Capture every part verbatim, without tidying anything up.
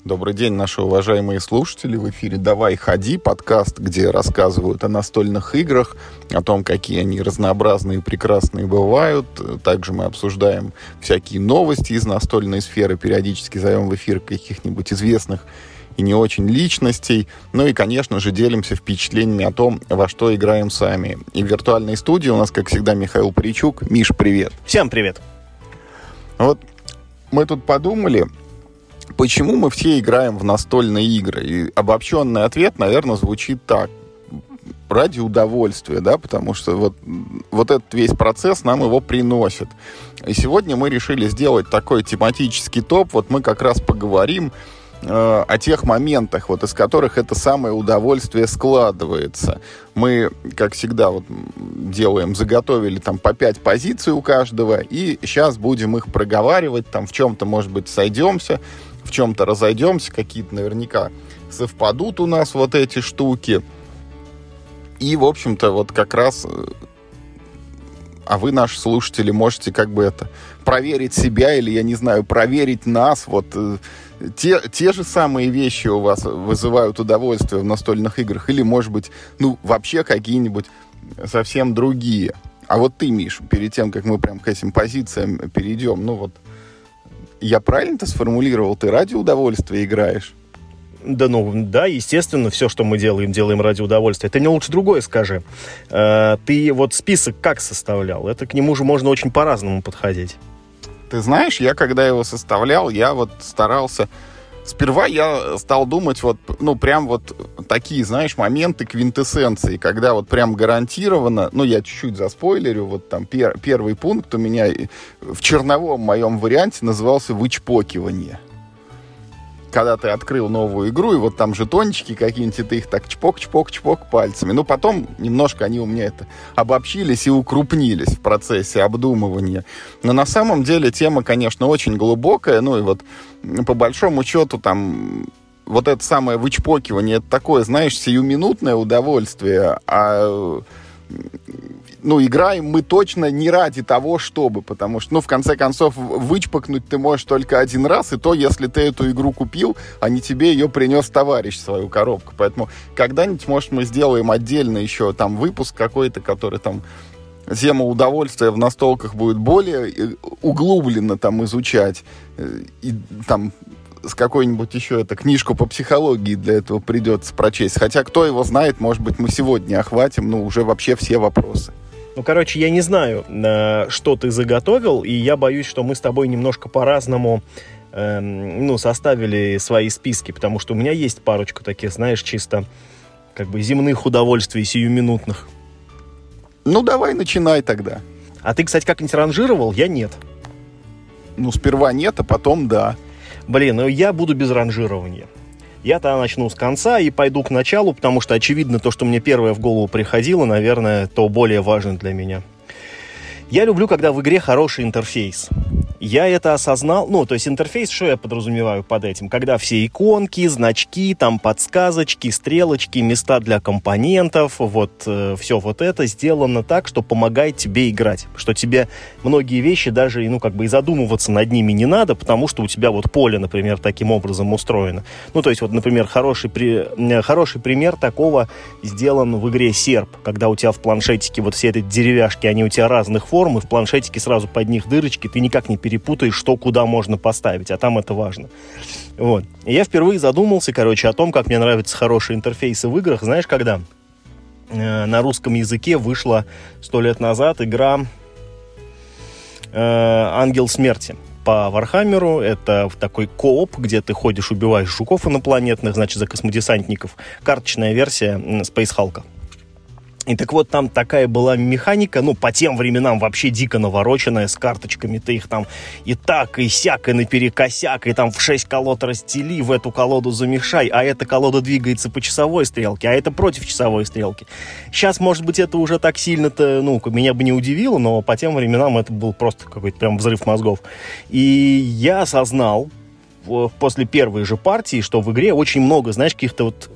Добрый день, наши уважаемые слушатели. В эфире «Давай, ходи», подкаст, где рассказывают о настольных играх, о том, какие они разнообразные и прекрасные бывают. Также мы обсуждаем всякие новости из настольной сферы, периодически зовем в эфир каких-нибудь известных и не очень личностей. Ну и, конечно же, делимся впечатлениями о том, во что играем сами. И в виртуальной студии у нас, как всегда, Михаил Паричук. Миш, привет. Всем привет. Вот мы тут подумали, почему мы все играем в настольные игры? И обобщенный ответ, наверное, звучит так. Ради удовольствия, да, потому что вот, вот этот весь процесс нам его приносит. И сегодня мы решили сделать такой тематический топ. Вот мы как раз поговорим э, о тех моментах, вот из которых это самое удовольствие складывается. Мы, как всегда, вот делаем, заготовили там по пять позиций у каждого, и сейчас будем их проговаривать, там в чем-то, может быть, сойдемся, в чем-то разойдемся, какие-то наверняка совпадут у нас вот эти штуки. И, в общем-то, вот как раз, а вы, наши слушатели, можете как бы это проверить себя или, я не знаю, проверить нас. Вот те, те же самые вещи у вас вызывают удовольствие в настольных играх или, может быть, ну, вообще какие-нибудь совсем другие. А вот ты, Миш, перед тем, как мы прям к этим позициям перейдем, ну вот, я правильно-то сформулировал? Ты ради удовольствия играешь? Да, ну, да, естественно, все, что мы делаем, делаем ради удовольствия. Ты мне лучше другое скажи. Э, ты вот список как составлял? Это к нему же можно очень по-разному подходить. Ты знаешь, я когда его составлял, я вот старался... Сперва я стал думать вот, ну, прям вот такие, знаешь, моменты квинтэссенции, когда вот прям гарантированно, ну, я чуть-чуть заспойлерю, вот там пер, первый пункт у меня в черновом моем варианте назывался «вычпокивание». Когда ты открыл новую игру, и вот там жетончики какие-нибудь, и ты их так чпок-чпок-чпок пальцами. Ну, потом немножко они у меня это обобщились и укрупнились в процессе обдумывания. Но на самом деле тема, конечно, очень глубокая. Ну, и вот по большому счету там вот это самое вычпокивание, это такое, знаешь, сиюминутное удовольствие, а... Ну, играем мы точно не ради того, чтобы, потому что, ну, в конце концов, вычпокнуть ты можешь только один раз, и то, если ты эту игру купил, а не тебе ее принес товарищ в свою коробку. Поэтому когда-нибудь, может, мы сделаем отдельно еще там выпуск какой-то, который там тему удовольствия в настолках будет более углубленно там изучать, и там с какой-нибудь еще это книжку по психологии для этого придется прочесть. Хотя, кто его знает, может быть, мы сегодня охватим, ну, уже вообще все вопросы. Ну, короче, я не знаю, что ты заготовил, и я боюсь, что мы с тобой немножко по-разному э, ну, составили свои списки, потому что у меня есть парочку таких, знаешь, чисто как бы земных удовольствий, сиюминутных. Ну, давай, начинай тогда. А ты, кстати, как-нибудь ранжировал? Я нет. Ну, сперва нет, а потом да. Блин, ну я буду без ранжирования. Я-то начну с конца и пойду к началу, потому что, очевидно, то, что мне первое в голову приходило, наверное, то более важно для меня. Я люблю, когда в игре хороший интерфейс. Я это осознал, ну, то есть интерфейс, что я подразумеваю под этим? Когда все иконки, значки, там подсказочки, стрелочки, места для компонентов, вот э, все вот это сделано так, что помогает тебе играть. Что тебе многие вещи даже, ну, как бы и задумываться над ними не надо, потому что у тебя вот поле, например, таким образом устроено. Ну, то есть вот, например, хороший, при... хороший пример такого сделан в игре Серп, когда у тебя в планшетике вот все эти деревяшки, они у тебя разных форм, и в планшетике сразу под них дырочки, ты никак не перепутаешь, что куда можно поставить, а там это важно. Вот. И я впервые задумался, короче, о том, как мне нравятся хорошие интерфейсы в играх. Знаешь, когда э, на русском языке вышла сто лет назад игра э, «Ангел смерти» по Вархаммеру. Это такой кооп, где ты ходишь, убиваешь жуков инопланетных, значит, за космодесантников. Карточная версия Space Hulk. И так вот, там такая была механика, ну, по тем временам вообще дико навороченная, с карточками. Ты их там и так, и сяк, и наперекосяк, и там в шесть колод расстели, в эту колоду замешай, а эта колода двигается по часовой стрелке, а это против часовой стрелки. Сейчас, может быть, это уже так сильно-то, ну, меня бы не удивило, но по тем временам это был просто какой-то прям взрыв мозгов. И я осознал после первой же партии, что в игре очень много, знаешь, каких-то вот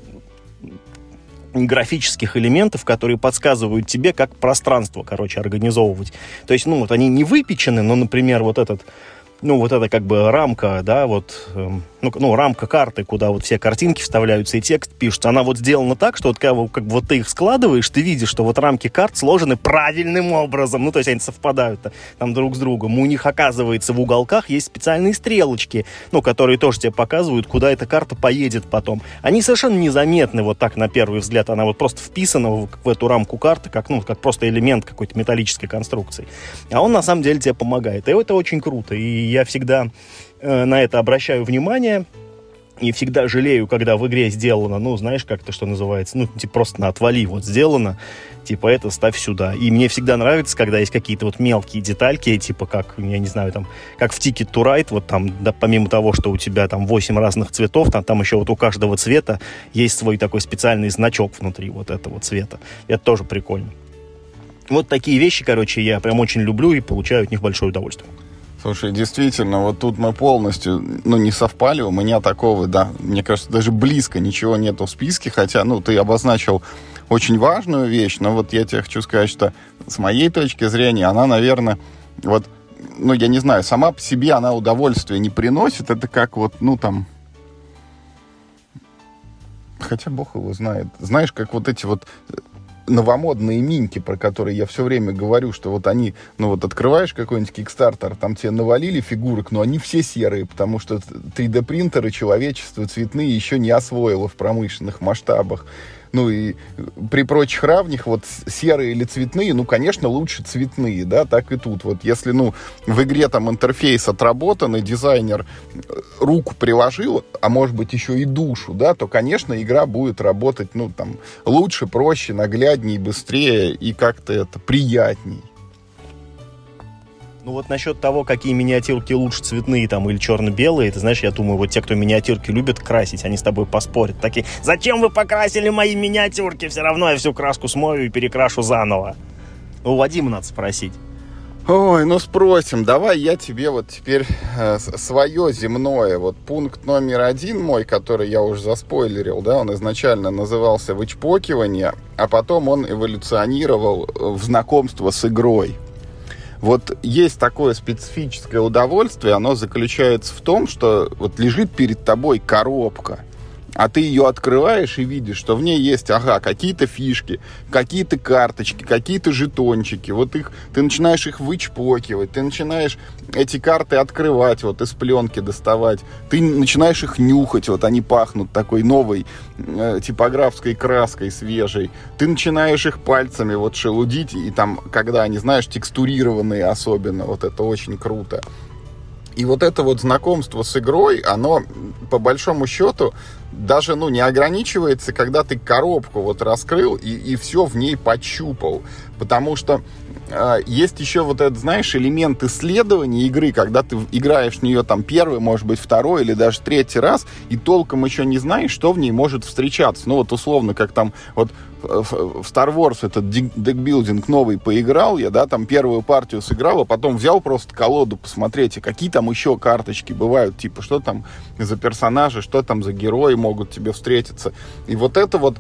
графических элементов, которые подсказывают тебе, как пространство, короче, организовывать. То есть, ну, вот они не выпечены, но, например, вот этот, ну, вот эта как бы рамка, да, вот, ну, ну, рамка карты, куда вот все картинки вставляются и текст пишется, она вот сделана так, что вот как, как вот ты их складываешь, ты видишь, что вот рамки карт сложены правильным образом, ну, то есть они совпадают там друг с другом. У них, оказывается, в уголках есть специальные стрелочки, ну, которые тоже тебе показывают, куда эта карта поедет потом. Они совершенно незаметны вот так на первый взгляд, она вот просто вписана в, в эту рамку карты, как, ну, как просто элемент какой-то металлической конструкции. А он, на самом деле, тебе помогает. И это очень круто. И я всегда э, на это обращаю внимание. И всегда жалею, когда в игре сделано, ну, знаешь, как-то, что называется, ну, типа, просто на отвали вот сделано, типа, это ставь сюда. И мне всегда нравится, когда есть какие-то вот мелкие детальки, типа, как, я не знаю, там, как в Ticket to Ride, вот там, да, помимо того, что у тебя там восемь разных цветов, там, там еще вот у каждого цвета есть свой такой специальный значок внутри вот этого цвета. Это тоже прикольно. Вот такие вещи, короче, я прям очень люблю и получаю от них большое удовольствие. Слушай, действительно, вот тут мы полностью, ну, не совпали, у меня такого, да, мне кажется, даже близко ничего нету в списке, хотя, ну, ты обозначил очень важную вещь, но вот я тебе хочу сказать, что с моей точки зрения она, наверное, вот, ну, я не знаю, сама по себе она удовольствия не приносит, это как вот, ну, там, хотя бог его знает, знаешь, как вот эти вот новомодные миньки, про которые я все время говорю, что вот они, ну вот открываешь какой-нибудь Kickstarter, там тебе навалили фигурок, но они все серые, потому что три дэ принтеры человечество цветные еще не освоило в промышленных масштабах. Ну и при прочих равных, вот серые или цветные, ну, конечно, лучше цветные, да, так и тут. Вот если, ну, в игре там интерфейс отработан, и дизайнер руку приложил, а может быть еще и душу, да, то, конечно, игра будет работать, ну, там, лучше, проще, наглядней, быстрее и как-то это приятней. Ну вот насчет того, какие миниатюрки лучше, цветные там или черно-белые, ты знаешь, я думаю, вот те, кто миниатюрки любят красить, они с тобой поспорят. Такие: зачем вы покрасили мои миниатюрки? Все равно я всю краску смою и перекрашу заново. У Вадима надо спросить. Ой, ну спросим. Давай я тебе вот теперь э, свое земное. Вот пункт номер один мой, который я уже заспойлерил, да, он изначально назывался «Вычпокивание», а потом он эволюционировал в знакомство с игрой. Вот есть такое специфическое удовольствие, оно заключается в том, что вот лежит перед тобой коробка, а ты ее открываешь и видишь, что в ней есть, ага, какие-то фишки, какие-то карточки, какие-то жетончики. Вот их, ты начинаешь их вычпокивать, ты начинаешь эти карты открывать, вот из пленки доставать. Ты начинаешь их нюхать, вот они пахнут такой новой э, типографской краской свежей. Ты начинаешь их пальцами вот шелудить, и там, когда они, знаешь, текстурированные особенно, вот это очень круто. И вот это вот знакомство с игрой, оно, по большому счету, даже, ну, не ограничивается, когда ты коробку вот раскрыл и, и все в ней пощупал. Потому что э, есть еще вот этот, знаешь, элемент исследования игры, когда ты играешь в нее там первый, может быть, второй или даже третий раз, и толком еще не знаешь, что в ней может встречаться. Ну, вот условно, как там вот в Star Wars этот декбилдинг новый поиграл я, да, там первую партию сыграл, а потом взял просто колоду посмотреть, какие там еще карточки бывают, типа, что там за персонажи, что там за герои могут тебе встретиться. И вот это вот,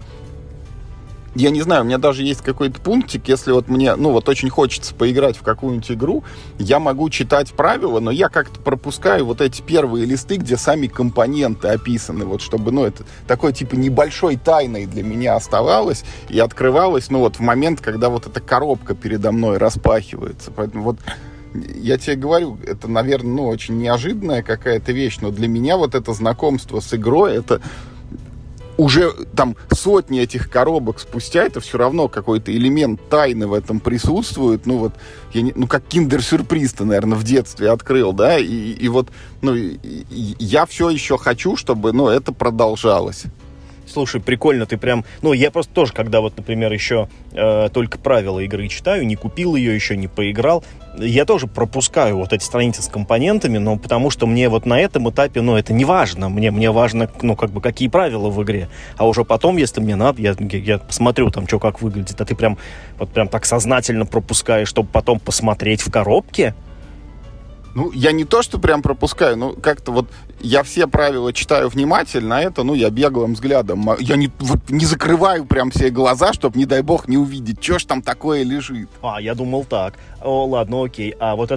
я не знаю, у меня даже есть какой-то пунктик, если вот мне, ну, вот очень хочется поиграть в какую-нибудь игру, я могу читать правила, но я как-то пропускаю вот эти первые листы, где сами компоненты описаны, вот чтобы, ну, это такой, типа, небольшой тайной для меня оставалось и открывалось, ну, вот в момент, когда вот эта коробка передо мной распахивается. Поэтому вот я тебе говорю, это, наверное, ну, очень неожиданная какая-то вещь, но для меня вот это знакомство с игрой, это уже там сотни этих коробок спустя, это все равно какой-то элемент тайны в этом присутствует. Ну вот, я не, ну как киндер-сюрприз ты, наверное, в детстве открыл, да, и, и вот, ну, и, и я все еще хочу, чтобы, ну, это продолжалось. Слушай, прикольно, ты прям... Ну, я просто тоже, когда вот, например, еще э, только правила игры читаю, не купил ее, еще не поиграл, я тоже пропускаю вот эти страницы с компонентами, но потому что мне вот на этом этапе, ну, это не важно. Мне, мне важно, ну, как бы, какие правила в игре. А уже потом, если мне надо, я, я посмотрю там, что как выглядит. А ты прям, вот прям так сознательно пропускаешь, чтобы потом посмотреть в коробке? Ну, я не то, что прям пропускаю, но как-то вот я все правила читаю внимательно, а это, ну, я беглым взглядом. Я не, вот, не закрываю прям все глаза, чтобы, не дай бог, не увидеть, что ж там такое лежит. А, я думал так. О, ладно, окей. А вот этот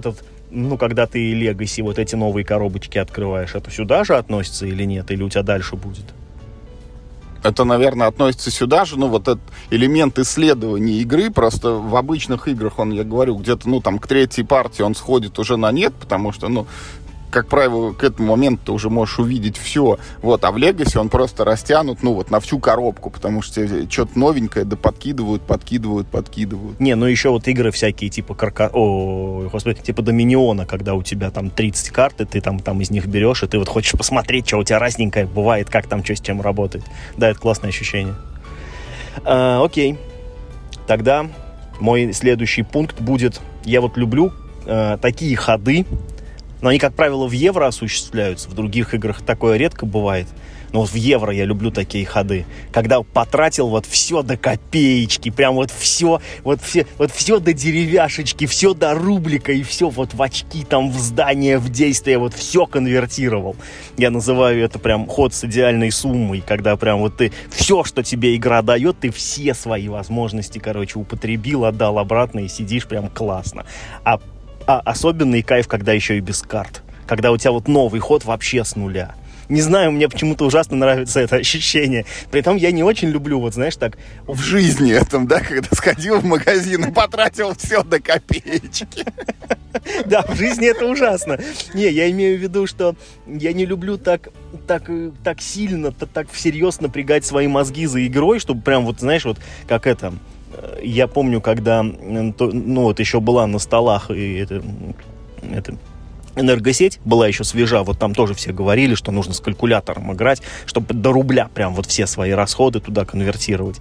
ну, когда ты Legacy, вот эти новые коробочки открываешь, это сюда же относится или нет? Или у тебя дальше будет? Это, наверное, относится сюда же, ну, вот этот элемент исследования игры, просто в обычных играх он, я говорю, где-то, ну, там, к третьей партии он сходит уже на нет, потому что, ну, как правило, к этому моменту ты уже можешь увидеть все. Вот, а в Legacy он просто растянут, ну, вот на всю коробку, потому что что-то новенькое, да подкидывают, подкидывают, подкидывают. Не, ну еще вот игры всякие, типа карка... О, господи, типа Доминиона, когда у тебя там тридцать карт, и ты там, там из них берешь, и ты вот хочешь посмотреть, что у тебя разненькое бывает, как там что с чем работает. Да, это классное ощущение. А, окей. Тогда мой следующий пункт будет, я вот люблю а, такие ходы, но они, как правило, в евро осуществляются. В других играх такое редко бывает. Но вот в евро я люблю такие ходы. Когда потратил вот все до копеечки. Прям вот все, вот все, вот все до деревяшечки, все до рублика. И все вот в очки, там, в здание, в действие. Вот все конвертировал. Я называю это прям ход с идеальной суммой. Когда прям вот ты все, что тебе игра дает, ты все свои возможности, короче, употребил, отдал обратно и сидишь прям классно. А А особенный кайф, когда еще и без карт. Когда у тебя вот новый ход вообще с нуля. Не знаю, мне почему-то ужасно нравится это ощущение. При этом я не очень люблю, вот знаешь, так... В жизни этом, да, когда сходил в магазин и потратил все до копеечки. Да, в жизни это ужасно. Не, я имею в виду, что я не люблю так, так, так сильно, так всерьез напрягать свои мозги за игрой, чтобы прям вот, знаешь, вот как это... Я помню, когда, ну вот еще была на столах и это, это, энергосеть была еще свежа, вот там тоже все говорили, что нужно с калькулятором играть, чтобы до рубля прям вот все свои расходы туда конвертировать.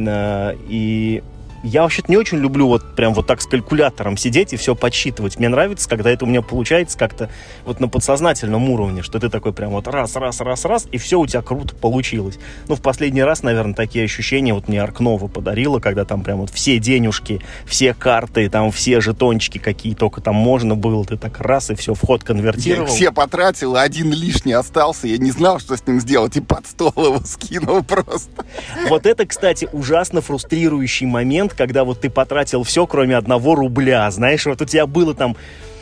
И я вообще-то не очень люблю вот прям вот так с калькулятором сидеть и все подсчитывать. Мне нравится, когда это у меня получается как-то вот на подсознательном уровне, что ты такой прям вот раз, раз, раз, раз, и все у тебя круто получилось. Ну, в последний раз, наверное, такие ощущения вот мне Арк Нова подарила, когда там прям вот все денежки, все карты, там все жетончики, какие только там можно было, ты так раз и все в ход конвертировал. Я все потратил, а один лишний остался, я не знал, что с ним сделать, и под стол его скинул просто. Вот это, кстати, ужасно фрустрирующий момент, когда вот ты потратил все, кроме одного рубля, знаешь, вот у тебя было там,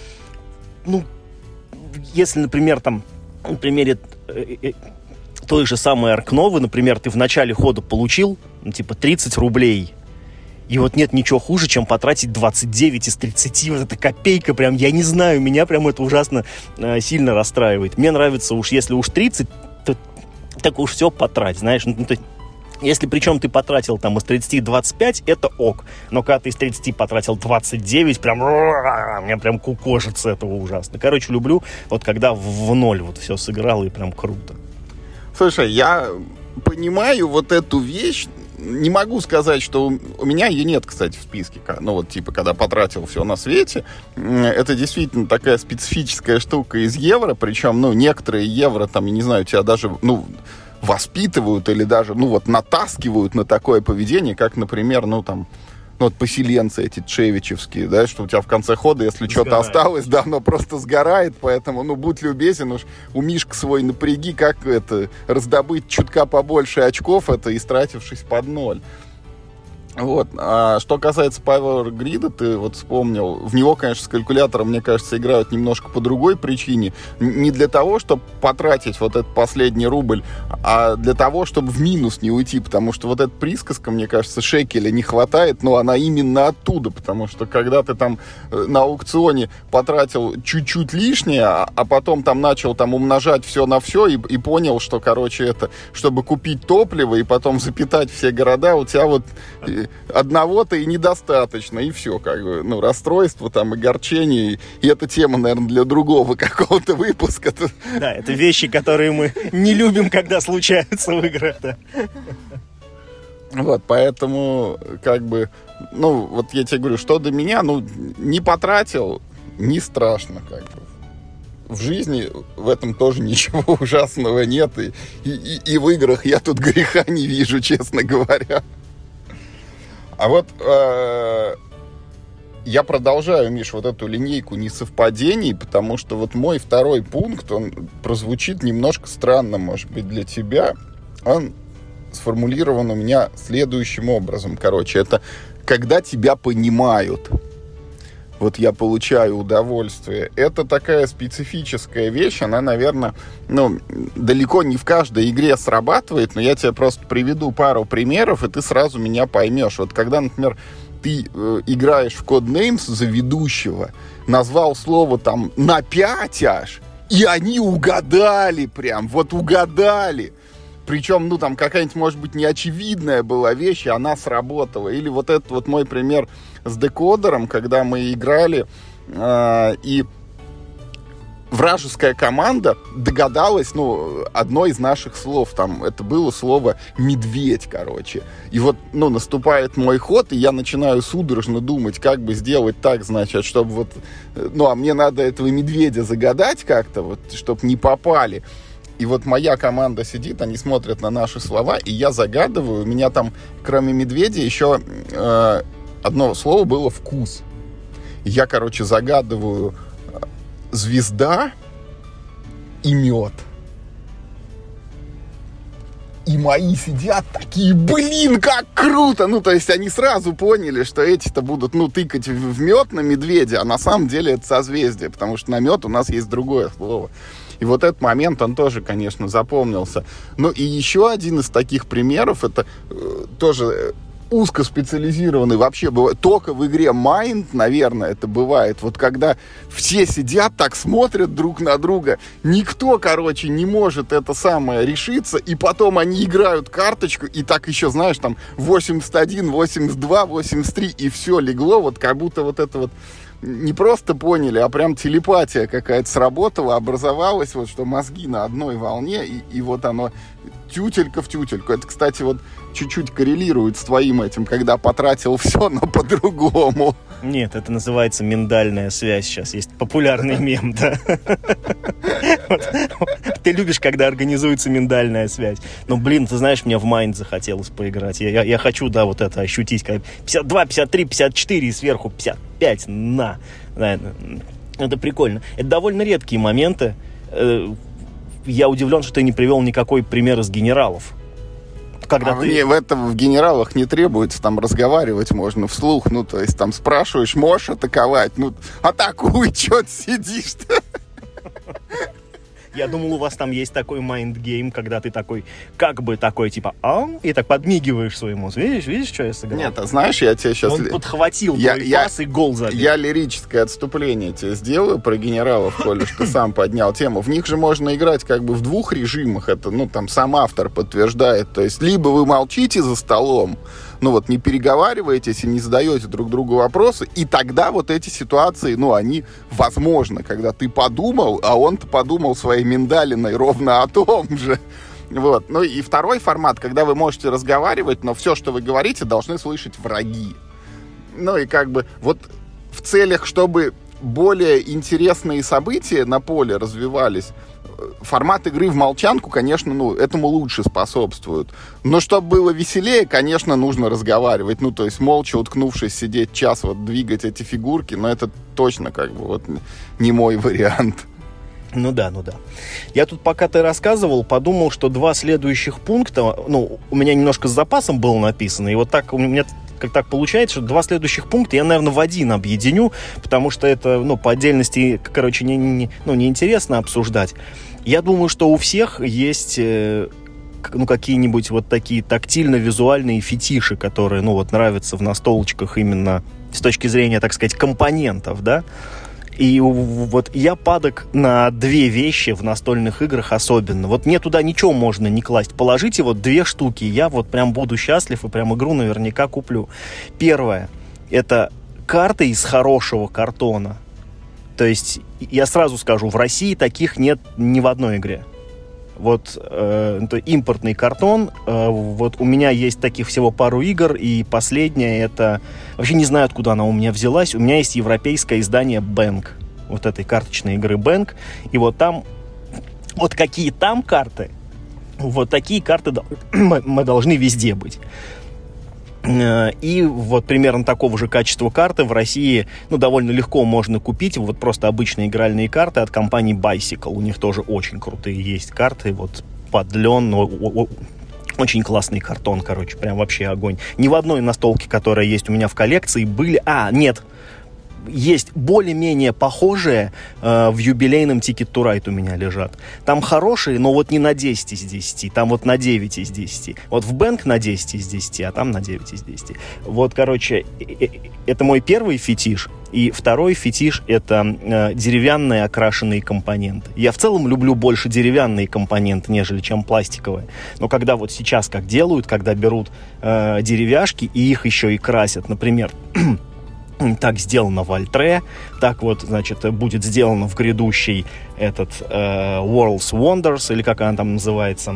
ну, если, например, там, на примере э, э, той же самой Арк Новы, например, ты в начале хода получил, ну, типа, тридцать рублей, и вот нет ничего хуже, чем потратить двадцать девять из тридцати, вот эта копейка, прям, я не знаю, меня прям это ужасно э, сильно расстраивает. Мне нравится уж, если уж тридцать, то так уж все потрать, знаешь, ну, то если причем ты потратил там из тридцати двадцать пять, это ок. Но когда ты из тридцати потратил двадцать девять, прям... Мне прям кукожит с этого ужасно. Короче, люблю, вот когда в ноль вот все сыграл, и прям круто. Слушай, я понимаю вот эту вещь. Не могу сказать, что у меня ее нет, кстати, в списке. Ну, вот, типа, когда потратил все на свете. Это действительно такая специфическая штука из евро. Причем, ну, некоторые евро, там, я не знаю, тебя даже, ну... воспитывают или даже, ну, вот, натаскивают на такое поведение, как, например, ну, там, ну, вот поселенцы эти чевичевские, да, что у тебя в конце хода, если сгорает. Что-то осталось, да, оно просто сгорает, поэтому, ну, будь любезен, уж у Мишка свой напряги, как это, раздобыть чутка побольше очков, это истратившись под ноль. Вот. А что касается Power Grid, ты вот вспомнил, в него, конечно, с калькулятором, мне кажется, играют немножко по другой причине. Не для того, чтобы потратить вот этот последний рубль, а для того, чтобы в минус не уйти, потому что вот эта присказка, мне кажется, шекеля не хватает, но она именно оттуда, потому что когда ты там на аукционе потратил чуть-чуть лишнее, а потом там начал там умножать все на все и, и понял, что, короче, это, чтобы купить топливо и потом запитать все города, у тебя вот одного-то и недостаточно, и все, как бы, ну, расстройство, там, огорчение, и эта тема, наверное, для другого какого-то выпуска. Да, это вещи, которые мы не любим, когда случаются в играх, да. Вот, поэтому, как бы, ну, вот я тебе говорю, что до меня, ну, не потратил, не страшно, как бы. В жизни в этом тоже ничего ужасного нет, и, и, и в играх я тут греха не вижу, честно говоря. А вот э, я продолжаю, Миш, вот эту линейку несовпадений, потому что вот мой второй пункт, он прозвучит немножко странно, может быть, для тебя. Он сформулирован у меня следующим образом. Короче, это когда тебя понимают. вот я получаю удовольствие. Это такая специфическая вещь, она, наверное, ну, далеко не в каждой игре срабатывает, но я тебе просто приведу пару примеров, и ты сразу меня поймешь. Вот когда, например, ты э, играешь в Codenames за ведущего, назвал слово там на пять аж, и они угадали прям, вот угадали. Причем, ну, там какая-нибудь, может быть, неочевидная была вещь, и она сработала. Или вот этот вот мой пример с декодером, когда мы играли, э, и вражеская команда догадалась, ну, одно из наших слов, там, это было слово «медведь», короче. И вот, ну, наступает мой ход, и я начинаю судорожно думать, как бы сделать так, значит, чтобы вот, ну, а мне надо этого медведя загадать как-то, вот, чтобы не попали. И вот моя команда сидит, они смотрят на наши слова, и я загадываю. У меня там, кроме медведя, еще э, одно слово было «вкус». И я, короче, загадываю звезда и мед. И мои сидят такие, блин, как круто! Ну, то есть они сразу поняли, что эти-то будут, ну, тыкать в мед на медведя, а на самом деле это созвездие, потому что на мед у нас есть другое слово. И вот этот момент, он тоже, конечно, запомнился. Ну, и еще один из таких примеров, это э, тоже узкоспециализированный, вообще бывает, только в игре Mind, наверное, это бывает, вот когда все сидят, так смотрят друг на друга, никто, короче, не может это самое решиться, и потом они играют карточку, и так еще, знаешь, там, восемьдесят один, восемьдесят два, восемьдесят три, и все легло, вот как будто вот это вот не просто поняли, а прям телепатия какая-то сработала, образовалась, вот что мозги на одной волне, и, и вот оно тютелька в тютельку. Это, кстати, вот чуть-чуть коррелирует с твоим этим, когда потратил все, но по-другому. Нет, это называется миндальная связь. Сейчас есть популярный мем, да. Ты любишь, когда организуется миндальная связь. Но, блин, ты знаешь, мне в Mind захотелось поиграть. Я, я хочу, да, вот это ощутить. пятьдесят два, пятьдесят три, пятьдесят четыре и сверху пятьдесят пять. На. Это прикольно. Это довольно редкие моменты. Я удивлен, что ты не привел никакой пример из генералов. Когда а ты... мне в этом в генералах не требуется, там разговаривать можно вслух, ну, то есть там спрашиваешь, можешь атаковать? Ну, атакуй, чё ты сидишь-то? Я думал, у вас там есть такой майндгейм, когда ты такой, как бы такой, типа, а? И так подмигиваешь своему. Видишь, видишь, что я сыграл? Нет, а знаешь, я тебе сейчас... Он подхватил я, твой я, пас и гол забил. Я лирическое отступление тебе сделаю про генералов, коли что ты сам поднял тему. В них же можно играть как бы в двух режимах. Это, ну, там, сам автор подтверждает. То есть, либо вы молчите за столом, ну, вот, не переговариваетесь и не задаете друг другу вопросы, и тогда вот эти ситуации, ну, они возможны, когда ты подумал, а он-то подумал своей миндалиной ровно о том же. Вот. Ну, и второй формат, когда вы можете разговаривать, но все, что вы говорите, должны слышать враги. Ну, и как бы вот в целях, чтобы более интересные события на поле развивались, формат игры в молчанку, конечно, ну, этому лучше способствует. Но чтобы было веселее, конечно, нужно разговаривать. Ну, то есть молча уткнувшись, сидеть час, вот двигать эти фигурки, но это точно как бы вот не мой вариант. Ну да, ну да. Я тут, пока ты рассказывал, подумал, что два следующих пункта, ну, у меня немножко с запасом было написано, и вот так у меня как так получается, что два следующих пункта я, наверное, в один объединю, потому что это, ну, по отдельности, короче, не, не, ну, неинтересно обсуждать. Я думаю, что у всех есть, э, ну, какие-нибудь вот такие тактильно-визуальные фетиши, которые, ну, вот нравятся в настолочках именно с точки зрения, так сказать, компонентов, да. И вот я падок на две вещи в настольных играх особенно. Вот мне туда ничего можно не класть. Положите вот две штуки, я вот прям буду счастлив и прям игру наверняка куплю. Первое, это карты из хорошего картона. То есть, я сразу скажу, в России таких нет ни в одной игре. Вот э, импортный картон, э, вот у меня есть таких всего пару игр, и последняя это, вообще не знаю, откуда она у меня взялась, у меня есть европейское издание Bank, вот этой карточной игры Bank, и вот там, вот какие там карты, вот такие карты мы должны везде быть. И вот примерно такого же качества карты в России, ну, довольно легко можно купить. Вот просто обычные игральные карты от компании Bicycle. У них тоже очень крутые есть карты. Вот под лен, но очень классный картон, короче, прям вообще огонь. Ни в одной настолке, которая есть у меня в коллекции, были... А, нет, есть более-менее похожие э, в юбилейном Ticket to Ride у меня лежат. Там хорошие, но вот не на десять из десяти, там вот на девять из десяти. Вот в Бэнк на десять из десяти, а там на девять из десяти. Вот, короче, это мой первый фетиш. И второй фетиш — это э, деревянные окрашенные компоненты. Я в целом люблю больше деревянные компоненты, нежели чем пластиковые. Но когда вот сейчас как делают, когда берут э, деревяшки и их еще и красят, например... Так сделано в Альтре, так вот, значит, будет сделано в грядущей этот э, World's Wonders, или как она там называется.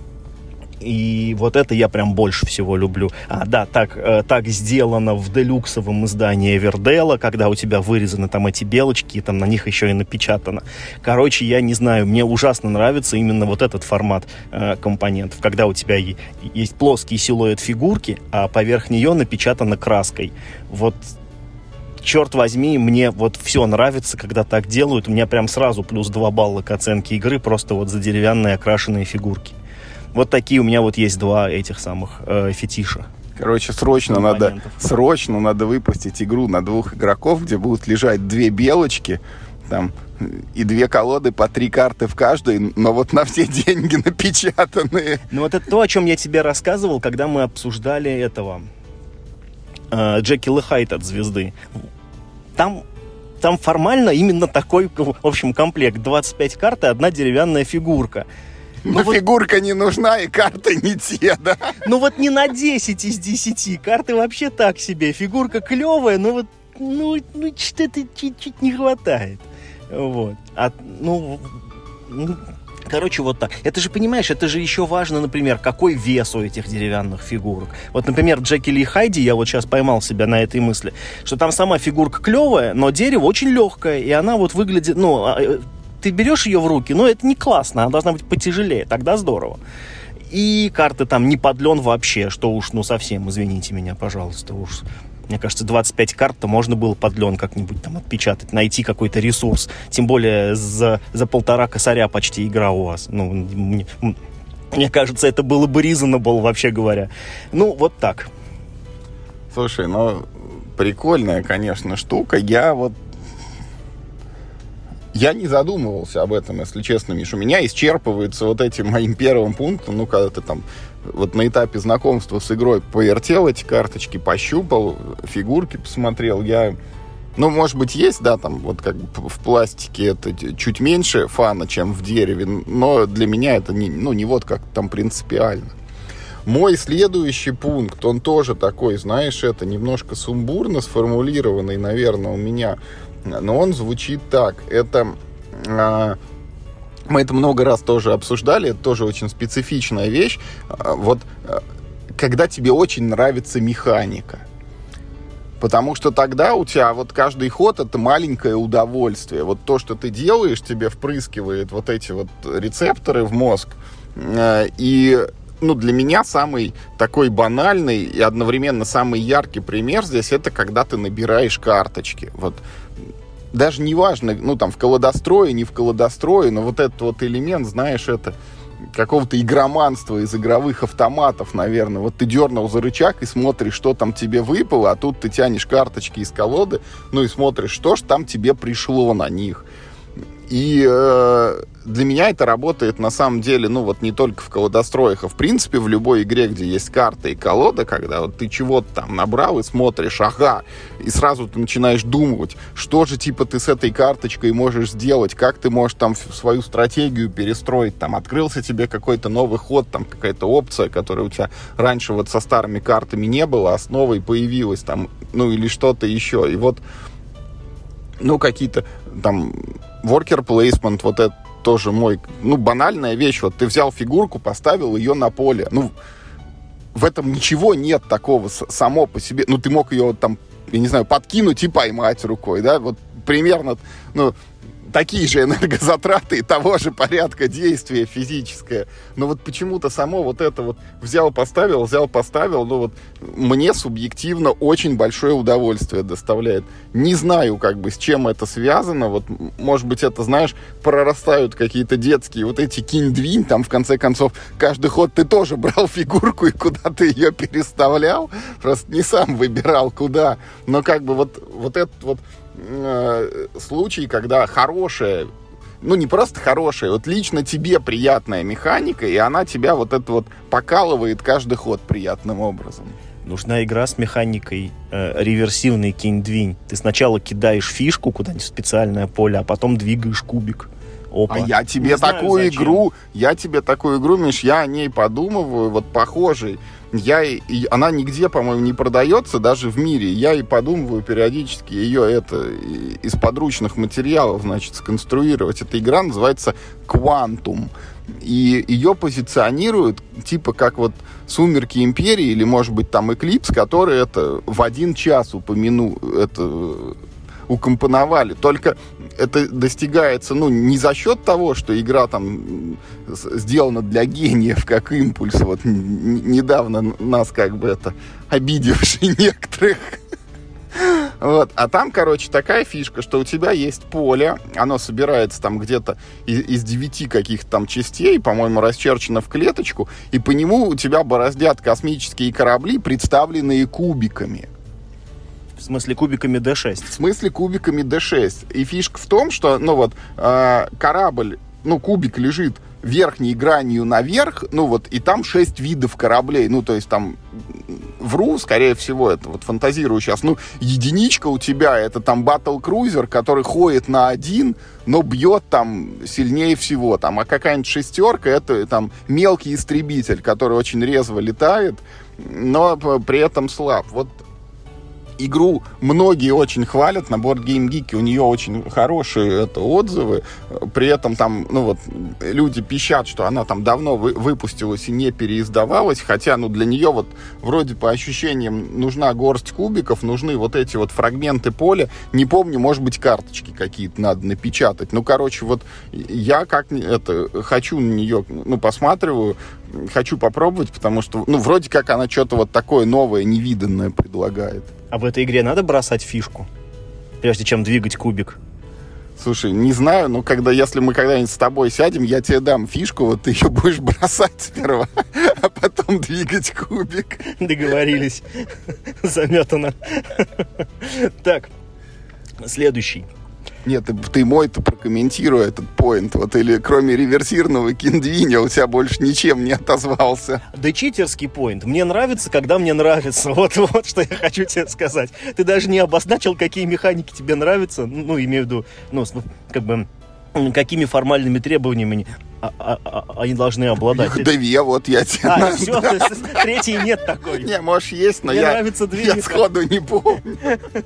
И вот это я прям больше всего люблю. А, да, так, э, так сделано в делюксовом издании Эвердела, когда у тебя вырезаны там эти белочки, и там на них еще и напечатано. Короче, я не знаю, мне ужасно нравится именно вот этот формат э, компонентов, когда у тебя е- есть плоский силуэт фигурки, а поверх нее напечатано краской. Вот... Черт возьми, мне вот все нравится, когда так делают. У меня прям сразу плюс два балла к оценке игры просто вот за деревянные окрашенные фигурки. Вот такие у меня вот есть два этих самых э, фетиша. Короче, срочно надо, срочно надо выпустить игру на двух игроков, где будут лежать две белочки, там, и две колоды по три карты в каждой, но вот на все деньги напечатанные. Ну вот это то, о чем я тебе рассказывал, когда мы обсуждали этого... Джекила Хайта от «Звезды». Там, там формально именно такой, в общем, комплект. двадцать пять карт и одна деревянная фигурка. Но ну, фигурка вот... не нужна, и карты не те, да? Ну вот не на десять из десяти. Карты вообще так себе. Фигурка клевая, но вот ну, ну что-то чуть-чуть не хватает. Вот. А, ну... Короче, вот так. Это же, понимаешь, это же еще важно, например, какой вес у этих деревянных фигурок. Вот, например, Джекил и Хайди, я вот сейчас поймал себя на этой мысли, что там сама фигурка клевая, но дерево очень легкое, и она вот выглядит, ну, ты берешь ее в руки, но это не классно, она должна быть потяжелее, тогда здорово. И карты там не подлен вообще, что уж, ну, совсем, извините меня, пожалуйста, уж... Мне кажется, двадцать пять карт-то можно было под лен как-нибудь там отпечатать, найти какой-то ресурс. Тем более за, за полтора косаря почти игра у вас. Ну, мне, мне кажется, это было бы reasonable, вообще говоря. Ну, вот так. Слушай, ну, прикольная, конечно, штука. Я вот... Я не задумывался об этом, если честно, Миш. У меня исчерпывается вот этим моим первым пунктом, ну, когда ты там вот на этапе знакомства с игрой повертел эти карточки, пощупал, фигурки посмотрел. Я, ну, может быть, есть, да, там, вот как бы в пластике это чуть меньше фана, чем в дереве, но для меня это не, ну, не вот как там принципиально. Мой следующий пункт, он тоже такой, знаешь, это немножко сумбурно сформулированный, наверное, у меня, но он звучит так. Это... А, мы это много раз тоже обсуждали, это тоже очень специфичная вещь. Вот когда тебе очень нравится механика. Потому что тогда у тебя вот каждый ход — это маленькое удовольствие. Вот то, что ты делаешь, тебе впрыскивает вот эти вот рецепторы в мозг. И, ну, для меня самый такой банальный и одновременно самый яркий пример здесь — это когда ты набираешь карточки. Вот. Даже не важно, ну, там, в колодострое, не в колодострое, но вот этот вот элемент, знаешь, это какого-то игроманства из игровых автоматов, наверное. Вот ты дернул за рычаг и смотришь, что там тебе выпало, а тут ты тянешь карточки из колоды, ну, и смотришь, что ж там тебе пришло на них. И э, для меня это работает, на самом деле, ну, вот не только в колодостроях, а в принципе в любой игре, где есть карта и колода, когда вот ты чего-то там набрал и смотришь, ага, и сразу ты начинаешь думать, что же, типа, ты с этой карточкой можешь сделать, как ты можешь там свою стратегию перестроить, там, открылся тебе какой-то новый ход, там, какая-то опция, которая у тебя раньше вот со старыми картами не было, а с новой появилась, там, ну, или что-то еще, и вот, ну, какие-то там worker placement, вот это тоже мой, ну, банальная вещь. Вот ты взял фигурку, поставил ее на поле. Ну, в этом ничего нет такого само по себе. Ну, ты мог ее там, я не знаю, подкинуть и поймать рукой, да? Вот примерно, ну, такие же энергозатраты и того же порядка действия физическое. Но вот почему-то само вот это вот взял, поставил, взял, поставил, ну вот мне субъективно очень большое удовольствие доставляет. Не знаю, как бы, с чем это связано. Вот, может быть, это, знаешь, прорастают какие-то детские вот эти кинь-двинь, там, в конце концов, каждый ход ты тоже брал фигурку и куда-то ее переставлял. Просто не сам выбирал, куда. Но как бы вот, вот этот вот э, случай, когда хорошая, ну не просто хорошая, вот лично тебе приятная механика, и она тебя вот это вот покалывает каждый ход приятным образом. Нужна игра с механикой э, реверсивный кинь-двинь. Ты сначала кидаешь фишку куда-нибудь в специальное поле, а потом двигаешь кубик. Опа. А я тебе Не знаю, такую зачем. игру, я тебе такую игру, Миш, я о ней подумываю, вот похожей. Я, и она нигде, по-моему, не продается, даже в мире. Я и подумываю периодически ее это из подручных материалов, значит, сконструировать. Эта игра называется Quantum. И ее позиционируют типа как вот «Сумерки Империи» или, может быть, там «Эклипс», которые это в один час упомяну, это укомпоновали. Только это достигается, ну, не за счет того, что игра там сделана для гениев, как «Импульс», вот н- недавно нас как бы это обидевший некоторых. Вот. А там, короче, такая фишка, что у тебя есть поле, оно собирается там где-то из, из девяти каких-то там частей, по-моему, расчерчено в клеточку, и по нему у тебя бороздят космические корабли, представленные кубиками. В смысле кубиками дэ шесть? В смысле кубиками дэ шесть. И фишка в том, что, ну вот, э, корабль, ну, кубик лежит верхней гранью наверх, ну вот, и там шесть видов кораблей, ну, то есть там, вру, скорее всего, это вот фантазирую сейчас, ну, единичка у тебя, это там батл-крузер, который ходит на один, но бьет там сильнее всего, там, а какая-нибудь шестерка, это там мелкий истребитель, который очень резво летает, но при этом слаб. Вот игру многие очень хвалят на Board Game Geek, у нее очень хорошие это, отзывы, при этом там, ну вот, люди пищат, что она там давно вы, выпустилась и не переиздавалась, хотя, ну, для нее вот, вроде по ощущениям, нужна горсть кубиков, нужны вот эти вот фрагменты поля, не помню, может быть, карточки какие-то надо напечатать, ну, короче, вот, я как это, хочу на нее, ну, посматриваю, хочу попробовать, потому что, ну, вроде как она что-то вот такое новое, невиданное предлагает. А в этой игре надо бросать фишку, прежде чем двигать кубик? Слушай, не знаю, но когда, если мы когда-нибудь с тобой сядем, я тебе дам фишку, вот ты ее будешь бросать сперва, а потом двигать кубик. Договорились. Заметано. Так, следующий. Нет, ты, ты мой-то прокомментируй этот поинт, вот, или кроме реверсированного кинь-двиня у тебя больше ничем не отозвался. Да читерский поинт. Мне нравится, когда мне нравится. Вот, вот что я хочу тебе сказать. Ты даже не обозначил, какие механики тебе нравятся. Ну, имею в виду, ну, как бы, какими формальными требованиями а, а, а, они должны обладать. Две, вот я тебе... А, на... все, да. Третьей нет такой. Не, может, есть, но мне я, нравится две я сходу не помню.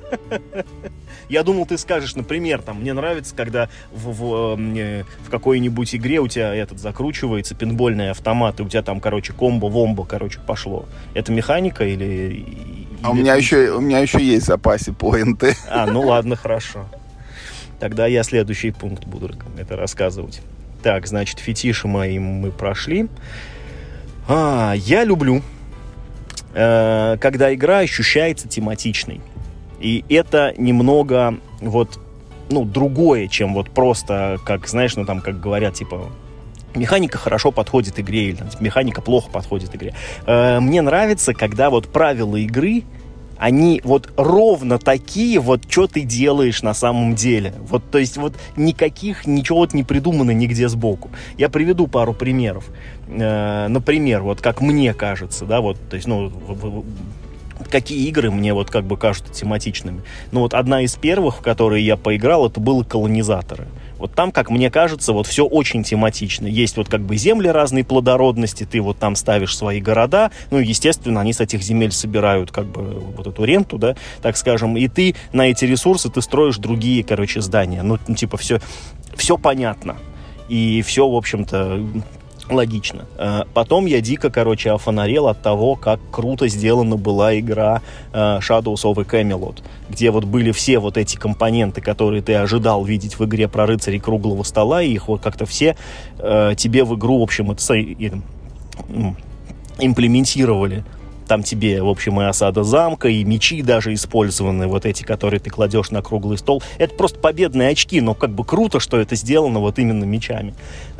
Я думал, ты скажешь, например, там, мне нравится, когда в, в, в какой-нибудь игре у тебя этот закручивается пинбольный автомат, и у тебя там, короче, комбо-вомбо, короче, пошло. Это механика или... А или у меня, это... еще, у меня еще есть в запасе поинты. А, ну ладно, хорошо. Тогда я следующий пункт буду это рассказывать. Так, значит, фетиши мои мы прошли. А, я люблю, э, когда игра ощущается тематичной. И это немного вот, ну, другое, чем вот просто, как, знаешь, ну, там, как говорят, типа, механика хорошо подходит игре, или там, механика плохо подходит игре. Э, мне нравится, когда вот правила игры, они вот ровно такие, вот что ты делаешь на самом деле. Вот, то есть вот никаких, ничего вот не придумано нигде сбоку. Я приведу пару примеров. Э, например, вот как мне кажется, да, вот, то есть, ну, в, в, какие игры мне вот как бы кажутся тематичными. Ну вот одна из первых, в которые я поиграл, это было «Колонизаторы». Вот там, как мне кажется, вот все очень тематично. Есть вот как бы земли разной плодородности, ты вот там ставишь свои города, ну, естественно, они с этих земель собирают как бы вот эту ренту, да, так скажем, и ты на эти ресурсы ты строишь другие, короче, здания. Ну, типа, все, все понятно. И все, в общем-то, логично. Потом я дико, короче, офонарел от того, как круто сделана была игра Shadows of Camelot, где вот были все вот эти компоненты, которые ты ожидал видеть в игре про рыцарей круглого стола, и их вот как-то все тебе в игру, в общем, это, имплементировали. там тебе, в общем, и осада замка, и мечи даже использованы, вот эти, которые ты кладешь на круглый стол. Это просто победные очки, но как бы круто, что это сделано вот именно мечами.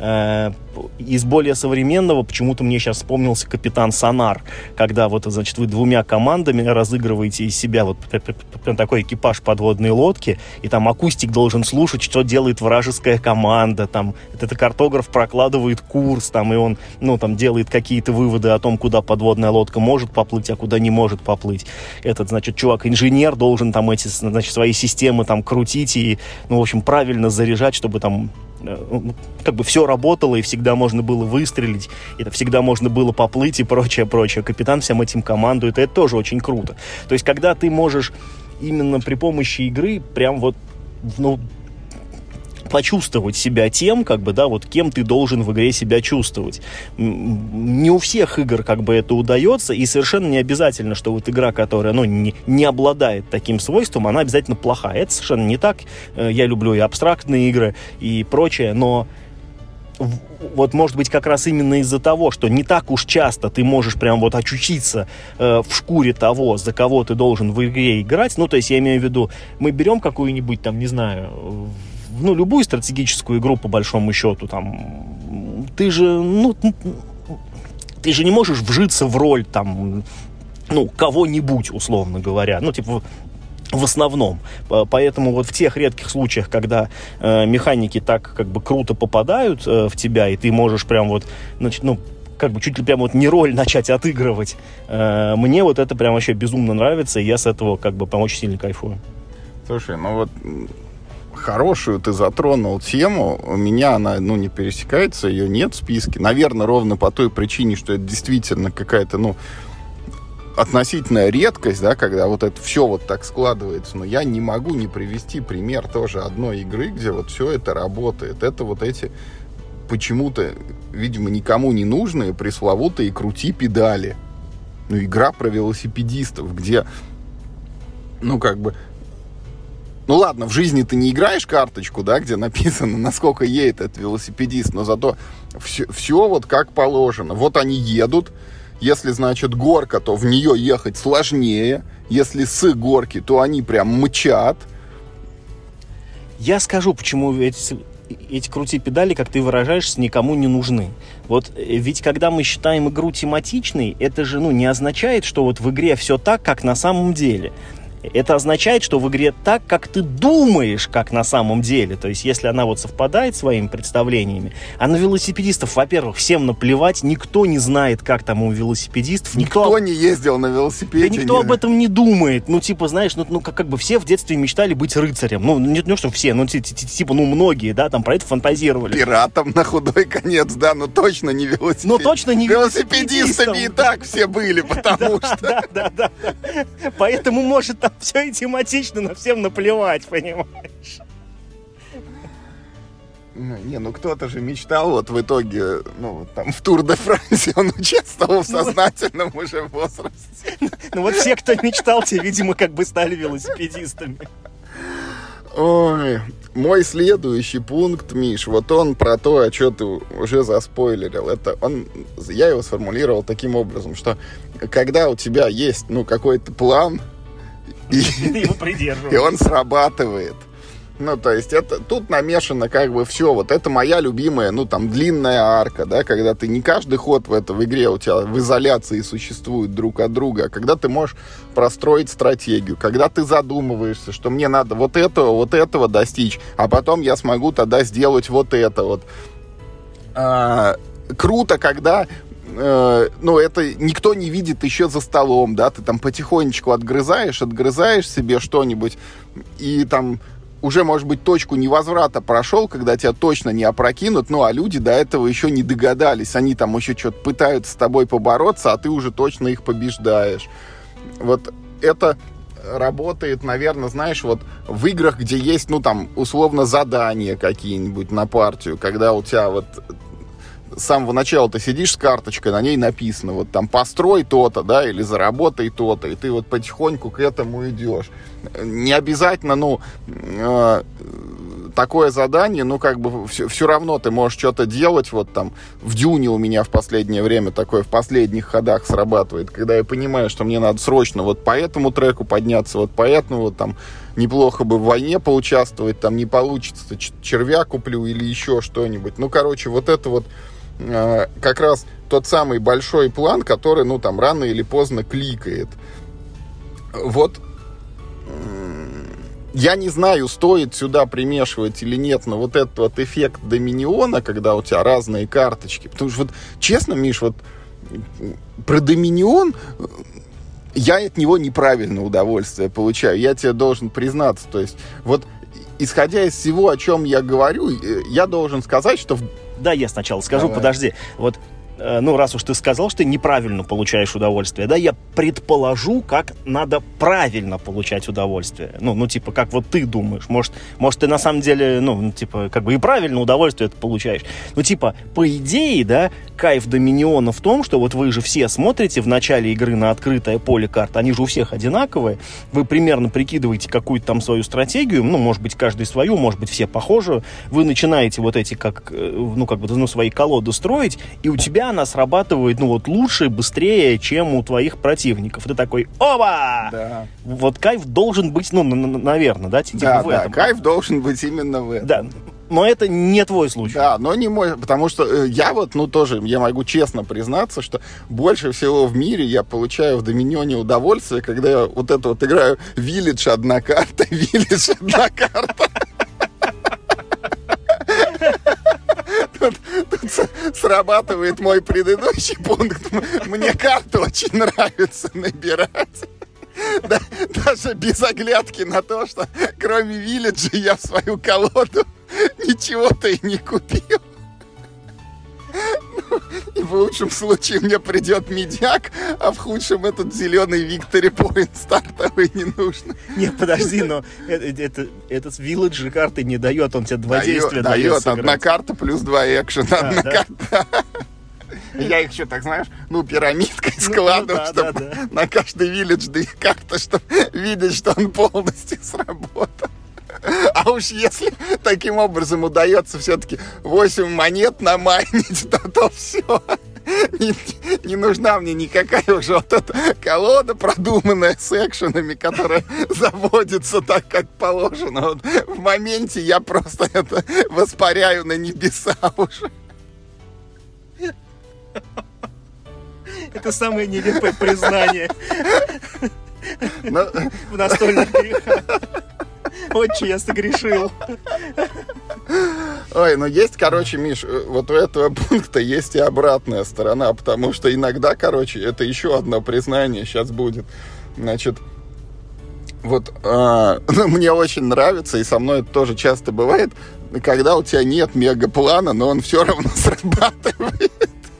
Из более современного почему-то мне сейчас вспомнился Капитан Сонар, когда вот, значит, вы двумя командами разыгрываете из себя вот прям такой экипаж подводной лодки, и там акустик должен слушать, что делает вражеская команда, там этот картограф прокладывает курс, там, и он, ну, там, делает какие-то выводы о том, куда подводная лодка может поплыть, а куда не может поплыть. Этот, значит, чувак-инженер должен там эти, значит, свои системы там крутить и, ну, в общем, правильно заряжать, чтобы там как бы все работало, и всегда можно было выстрелить, и всегда можно было поплыть и прочее, прочее. Капитан всем этим командует, и это тоже очень круто. То есть, когда ты можешь именно при помощи игры прям вот, ну, почувствовать себя тем, как бы, да, вот кем ты должен в игре себя чувствовать. Не у всех игр как бы это удается, и совершенно не обязательно, что вот игра, которая, ну, не, не обладает таким свойством, она обязательно плохая. Это совершенно не так. Я люблю и абстрактные игры, и прочее, но вот, может быть, как раз именно из-за того, что не так уж часто ты можешь прям вот очутиться э, в шкуре того, за кого ты должен в игре играть. Ну, то есть я имею в виду, мы берем какую-нибудь там, не знаю, ну, любую стратегическую игру, по большому счету, там, ты же, ну, ты же не можешь вжиться в роль, там, ну, кого-нибудь, условно говоря, ну, типа, в основном. Поэтому вот в тех редких случаях, когда э, механики так, как бы, круто попадают э, в тебя, и ты можешь прям вот, значит, ну, как бы чуть ли прям вот не роль начать отыгрывать, э, мне вот это прям вообще безумно нравится, и я с этого, как бы, прям очень сильно кайфую. Слушай, ну вот хорошую ты затронул тему. У меня она, ну, не пересекается, ее нет в списке. Наверное, ровно по той причине, что это действительно какая-то, ну, относительная редкость, да, когда вот это все вот так складывается. Но я не могу не привести пример тоже одной игры, где вот все это работает. Это вот эти почему-то, видимо, никому не нужные пресловутые крути педали. Ну, игра про велосипедистов, где, ну, как бы, ну ладно, в жизни ты не играешь карточку, да, где написано, насколько едет этот велосипедист, но зато все, все вот как положено. Вот они едут, если, значит, горка, то в нее ехать сложнее, если с горки, то они прям мчат. Я скажу, почему эти, эти крути педали, как ты выражаешься, никому не нужны. Вот ведь когда мы считаем игру тематичной, это же, ну, не означает, что вот в игре все так, как на самом деле. Это означает, что в игре так, как ты думаешь, как на самом деле. То есть, если она вот совпадает с своими представлениями. А на велосипедистов, во-первых, всем наплевать. Никто не знает, как там у велосипедистов. Никто, никто не ездил на велосипеде. Да никто не... об этом не думает. Ну, типа, знаешь, ну, ну как, как бы все в детстве мечтали быть рыцарем. Ну, не, не что все, ну, типа, ну, многие, да, там про это фантазировали. Пиратом на худой конец, да, но точно не велосипедистом. Ну, точно не велосипедистами. Велосипедистами и так все были, потому что... Да, да, да. Поэтому, может, там все и тематично, но всем наплевать, понимаешь? Не, ну кто-то же мечтал, вот в итоге, ну, там, в Тур де Франсе он участвовал в сознательном уже возрасте. Ну вот все, кто мечтал, те, видимо, как бы стали велосипедистами. Ой, мой следующий пункт, Миш, вот он про то, о чем ты уже заспойлерил. Это он, я его сформулировал таким образом, что когда у тебя есть, ну, какой-то план, И, ты его придерживаешь. И он срабатывает. Ну, то есть, это тут намешано как бы все. Вот это моя любимая, ну, там, длинная арка, да, когда ты не каждый ход в этой в игре у тебя в изоляции существует друг от друга, а когда ты можешь простроить стратегию, когда ты задумываешься, что мне надо вот этого, вот этого достичь, а потом я смогу тогда сделать вот это вот. А, круто, когда... ну, это никто не видит еще за столом, да, ты там потихонечку отгрызаешь, отгрызаешь себе что-нибудь, и там уже, может быть, точку невозврата прошел, когда тебя точно не опрокинут, ну, а люди до этого еще не догадались, они там еще что-то пытаются с тобой побороться, а ты уже точно их побеждаешь. Вот это работает, наверное, знаешь, вот в играх, где есть, ну, там, условно, задания какие-нибудь на партию, когда у тебя вот... с самого начала ты сидишь с карточкой, на ней написано, вот там построй то-то, да, или заработай то-то, и ты вот потихоньку к этому идешь. Не обязательно, ну, э, такое задание, ну, как бы, все, все равно ты можешь что-то делать, вот там, в Дюне у меня в последнее время такое, в последних ходах срабатывает, когда я понимаю, что мне надо срочно вот по этому треку подняться, вот по этому, вот там, неплохо бы в войне поучаствовать, там, не получится, червя куплю или еще что-нибудь. Ну, короче, вот это вот э, как раз тот самый большой план, который, ну, там, рано или поздно кликает. Вот, я не знаю, стоит сюда примешивать или нет, но вот этот вот эффект Доминиона, когда у тебя разные карточки, потому что вот, честно, Миш, вот про Доминион я от него неправильное удовольствие получаю, я тебе должен признаться, то есть вот исходя из всего, о чем я говорю, я должен сказать, что... Да, я сначала скажу, Давай. Подожди, вот ну, раз уж ты сказал, что ты неправильно получаешь удовольствие, да, я предположу, как надо правильно получать удовольствие. Ну, ну, типа, как вот ты думаешь. Может, может, ты на самом деле, ну, типа, как бы и правильно удовольствие это получаешь. Ну, типа, по идее, да, кайф Доминиона в том, что вот вы же все смотрите в начале игры на открытое поле карт, они же у всех одинаковые, вы примерно прикидываете какую-то там свою стратегию, ну, может быть, каждый свою, может быть, все похожую, вы начинаете вот эти, как, ну, как бы, ну, свои колоды строить, и у тебя она срабатывает, ну, вот лучше, быстрее, чем у твоих противников. Ты такой, оба! Да. Вот кайф должен быть, ну, наверное, да, типа да, в да, этом. Кайф должен быть именно в этом. Да, но это не твой случай. Да, но не мой, потому что я вот, ну, тоже, я могу честно признаться, что больше всего в мире я получаю в Доминионе удовольствие, когда я вот это вот играю Village одна карта, Village одна карта. Тут, тут срабатывает мой предыдущий пункт. Мне карты очень нравится набирать. Да, даже без оглядки на то, что кроме Вилледжа я в свою колоду ничего-то и не купил. Ну, и в лучшем случае мне придет медяк, а в худшем этот зеленый Victory Point стартовый не нужно. Не, подожди, но это, это, этот Village карты не дает, он тебе два дает, действия дает. дает. Дает, одна карта плюс два экшена. А, одна да? карта. Я их еще, так знаешь, ну, пирамидкой складываю, ну, да, чтобы да, да. на каждый вилледж две карты, чтобы видеть, что он полностью сработал. А уж если таким образом удается все-таки восемь монет намайнить, то, то все. Не, не нужна мне никакая уже вот эта колода, продуманная с экшенами, которая заводится так, как положено. Вот в моменте я просто это воспаряю на небеса уже. Это самое нелепое признание Но... в настольных грехах. Отче, я согрешил. Ой, ну есть, короче, Миш, вот у этого пункта есть и обратная сторона, потому что иногда, короче, это еще одно признание сейчас будет. Значит, вот а, ну, мне очень нравится, и со мной это тоже часто бывает, когда у тебя нет мегаплана, но он все равно срабатывает.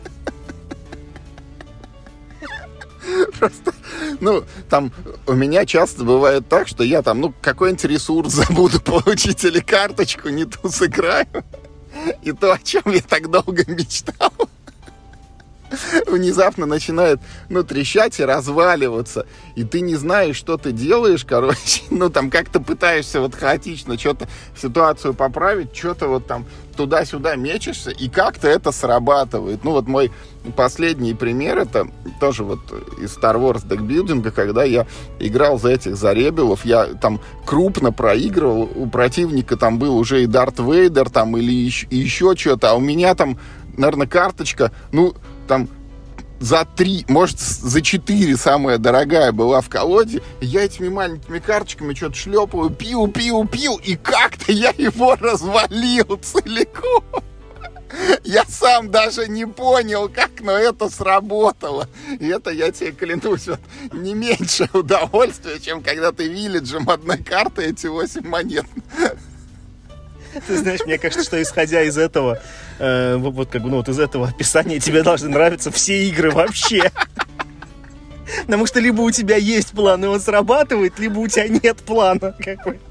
Просто, ну, там у меня часто бывает так, что я там, ну, какой-нибудь ресурс забуду получить или карточку не ту сыграю. И то, о чем я так долго мечтал, внезапно начинает, ну, трещать и разваливаться. И ты не знаешь, что ты делаешь, короче. Ну, там, как-то пытаешься вот хаотично что-то, ситуацию поправить, что-то вот там туда-сюда мечешься, и как-то это срабатывает. Ну, вот мой последний пример, это тоже вот из Star Wars декбилдинга, когда я играл за этих, за ребелов, я там крупно проигрывал, у противника там был уже и Дарт Вейдер, там, или еще, и еще что-то, а у меня там, наверное, карточка, ну, там, за три, может, за четыре самая дорогая была в колоде, и я этими маленькими карточками что-то шлепаю, пил, пил, пил, и как-то я его развалил целиком. Я сам даже не понял, как, но это сработало. И это, я тебе клянусь, вот, не меньше удовольствия, чем когда ты вилледжем одной карты эти восемь монет. Ты знаешь, мне кажется, что исходя из этого, э, вот как бы, ну вот из этого описания тебе должны нравиться все игры вообще. Потому что либо у тебя есть план, и он срабатывает, либо у тебя нет плана. Как бы.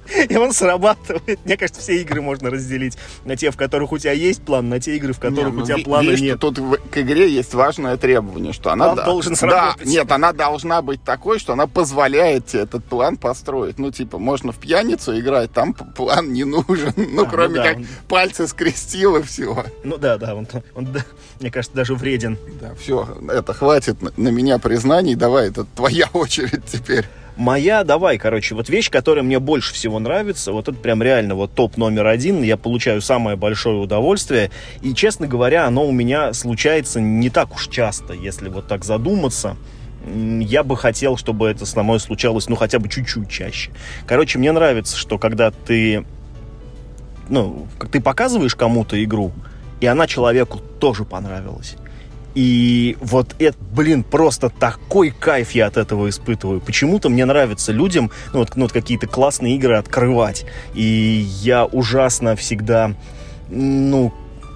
И он срабатывает. Мне кажется, все игры можно разделить на те, в которых у тебя есть план, на те игры, в которых не, у тебя ви- плана видишь, нет. Тут в, к игре есть важное требование, что она... План да, должен сработать. Да, нет, она должна быть такой, что она позволяет тебе этот план построить. Ну, типа, можно в пьяницу играть, там план не нужен. Ну, а, кроме ну да, как он... пальцы скрестил и все. Ну да, да, он, он, он, мне кажется, даже вреден. Да, все, это хватит на, на меня признаний. Давай, это твоя очередь теперь. Моя, давай, короче, вот вещь, которая мне больше всего нравится, вот это прям реально вот топ номер один, я получаю самое большое удовольствие, и, честно говоря, оно у меня случается не так уж часто, если вот так задуматься. Я бы хотел, чтобы это со мной случалось, ну, хотя бы чуть-чуть чаще. Короче, мне нравится, что когда ты, ну, ты показываешь кому-то игру, и она человеку тоже понравилась. И вот это, блин, просто такой кайф я от этого испытываю. Почему-то мне нравится людям, ну, вот, ну, вот какие-то классные игры открывать. И я ужасно всегда, ну...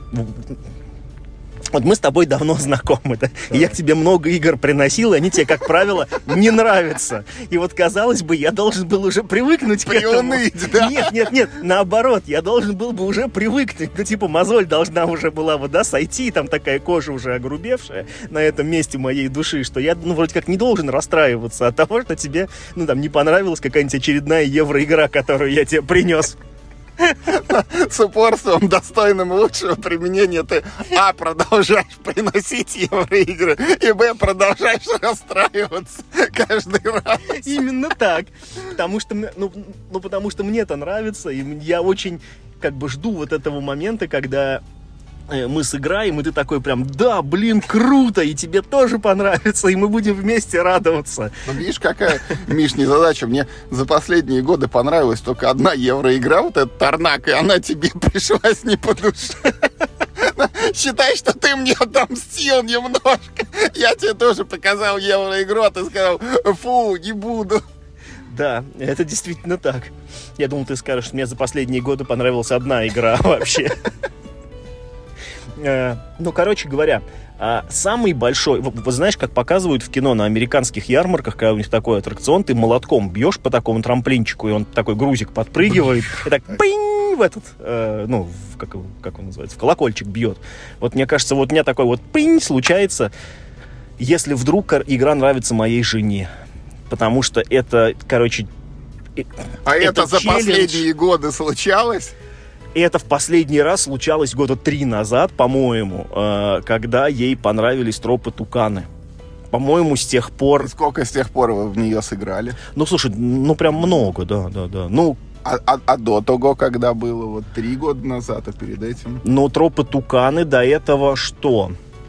Вот мы с тобой давно знакомы, да? И я к тебе много игр приносил, и они тебе, как правило, не нравятся. И вот, казалось бы, я должен был уже привыкнуть к этому. Приуныть, да? Нет, нет, нет, наоборот, я должен был бы уже привыкнуть. Ну, типа, мозоль должна уже была бы, да, сойти, там такая кожа уже огрубевшая на этом месте моей души, что я, ну, вроде как не должен расстраиваться от того, что тебе, ну, там, не понравилась какая-нибудь очередная евроигра, которую я тебе принес. С упорством, достойным лучшего применения, ты а. продолжаешь приносить евроигры, и б. продолжаешь расстраиваться каждый раз. Именно так. Потому что, ну, ну, потому что мне это нравится, и я очень как бы жду вот этого момента, когда мы сыграем, и ты такой прям, да, блин, круто, и тебе тоже понравится, и мы будем вместе радоваться. Ну, видишь, какая, Миш, незадача. Мне за последние годы понравилась только одна евроигра, вот этот Торнак, и она тебе пришлась не по душе. Считай, что ты мне отомстил немножко. Я тебе тоже показал евроигру, а ты сказал, фу, не буду. Да, это действительно так. Я думал, ты скажешь, что мне за последние годы понравилась одна игра вообще. Ну, короче говоря, самый большой... Вы знаешь, как показывают в кино на американских ярмарках, когда у них такой аттракцион, ты молотком бьешь по такому трамплинчику, и он такой грузик подпрыгивает, и так пинь в этот, э, ну, в, как, как он называется, в колокольчик бьет. Вот мне кажется, вот у меня такой вот пинь случается, если вдруг игра нравится моей жене. Потому что это, короче... А это, это за челлендж. Последние годы случалось? И это в последний раз случалось года три назад, по-моему, когда ей понравились тропы-туканы. По-моему, с тех пор... И сколько с тех пор вы в нее сыграли? Ну, слушай, ну прям много, да, да, да. Ну, а, а, а до того, когда было? Вот три года назад, а перед этим? Ну, тропы-туканы до этого что?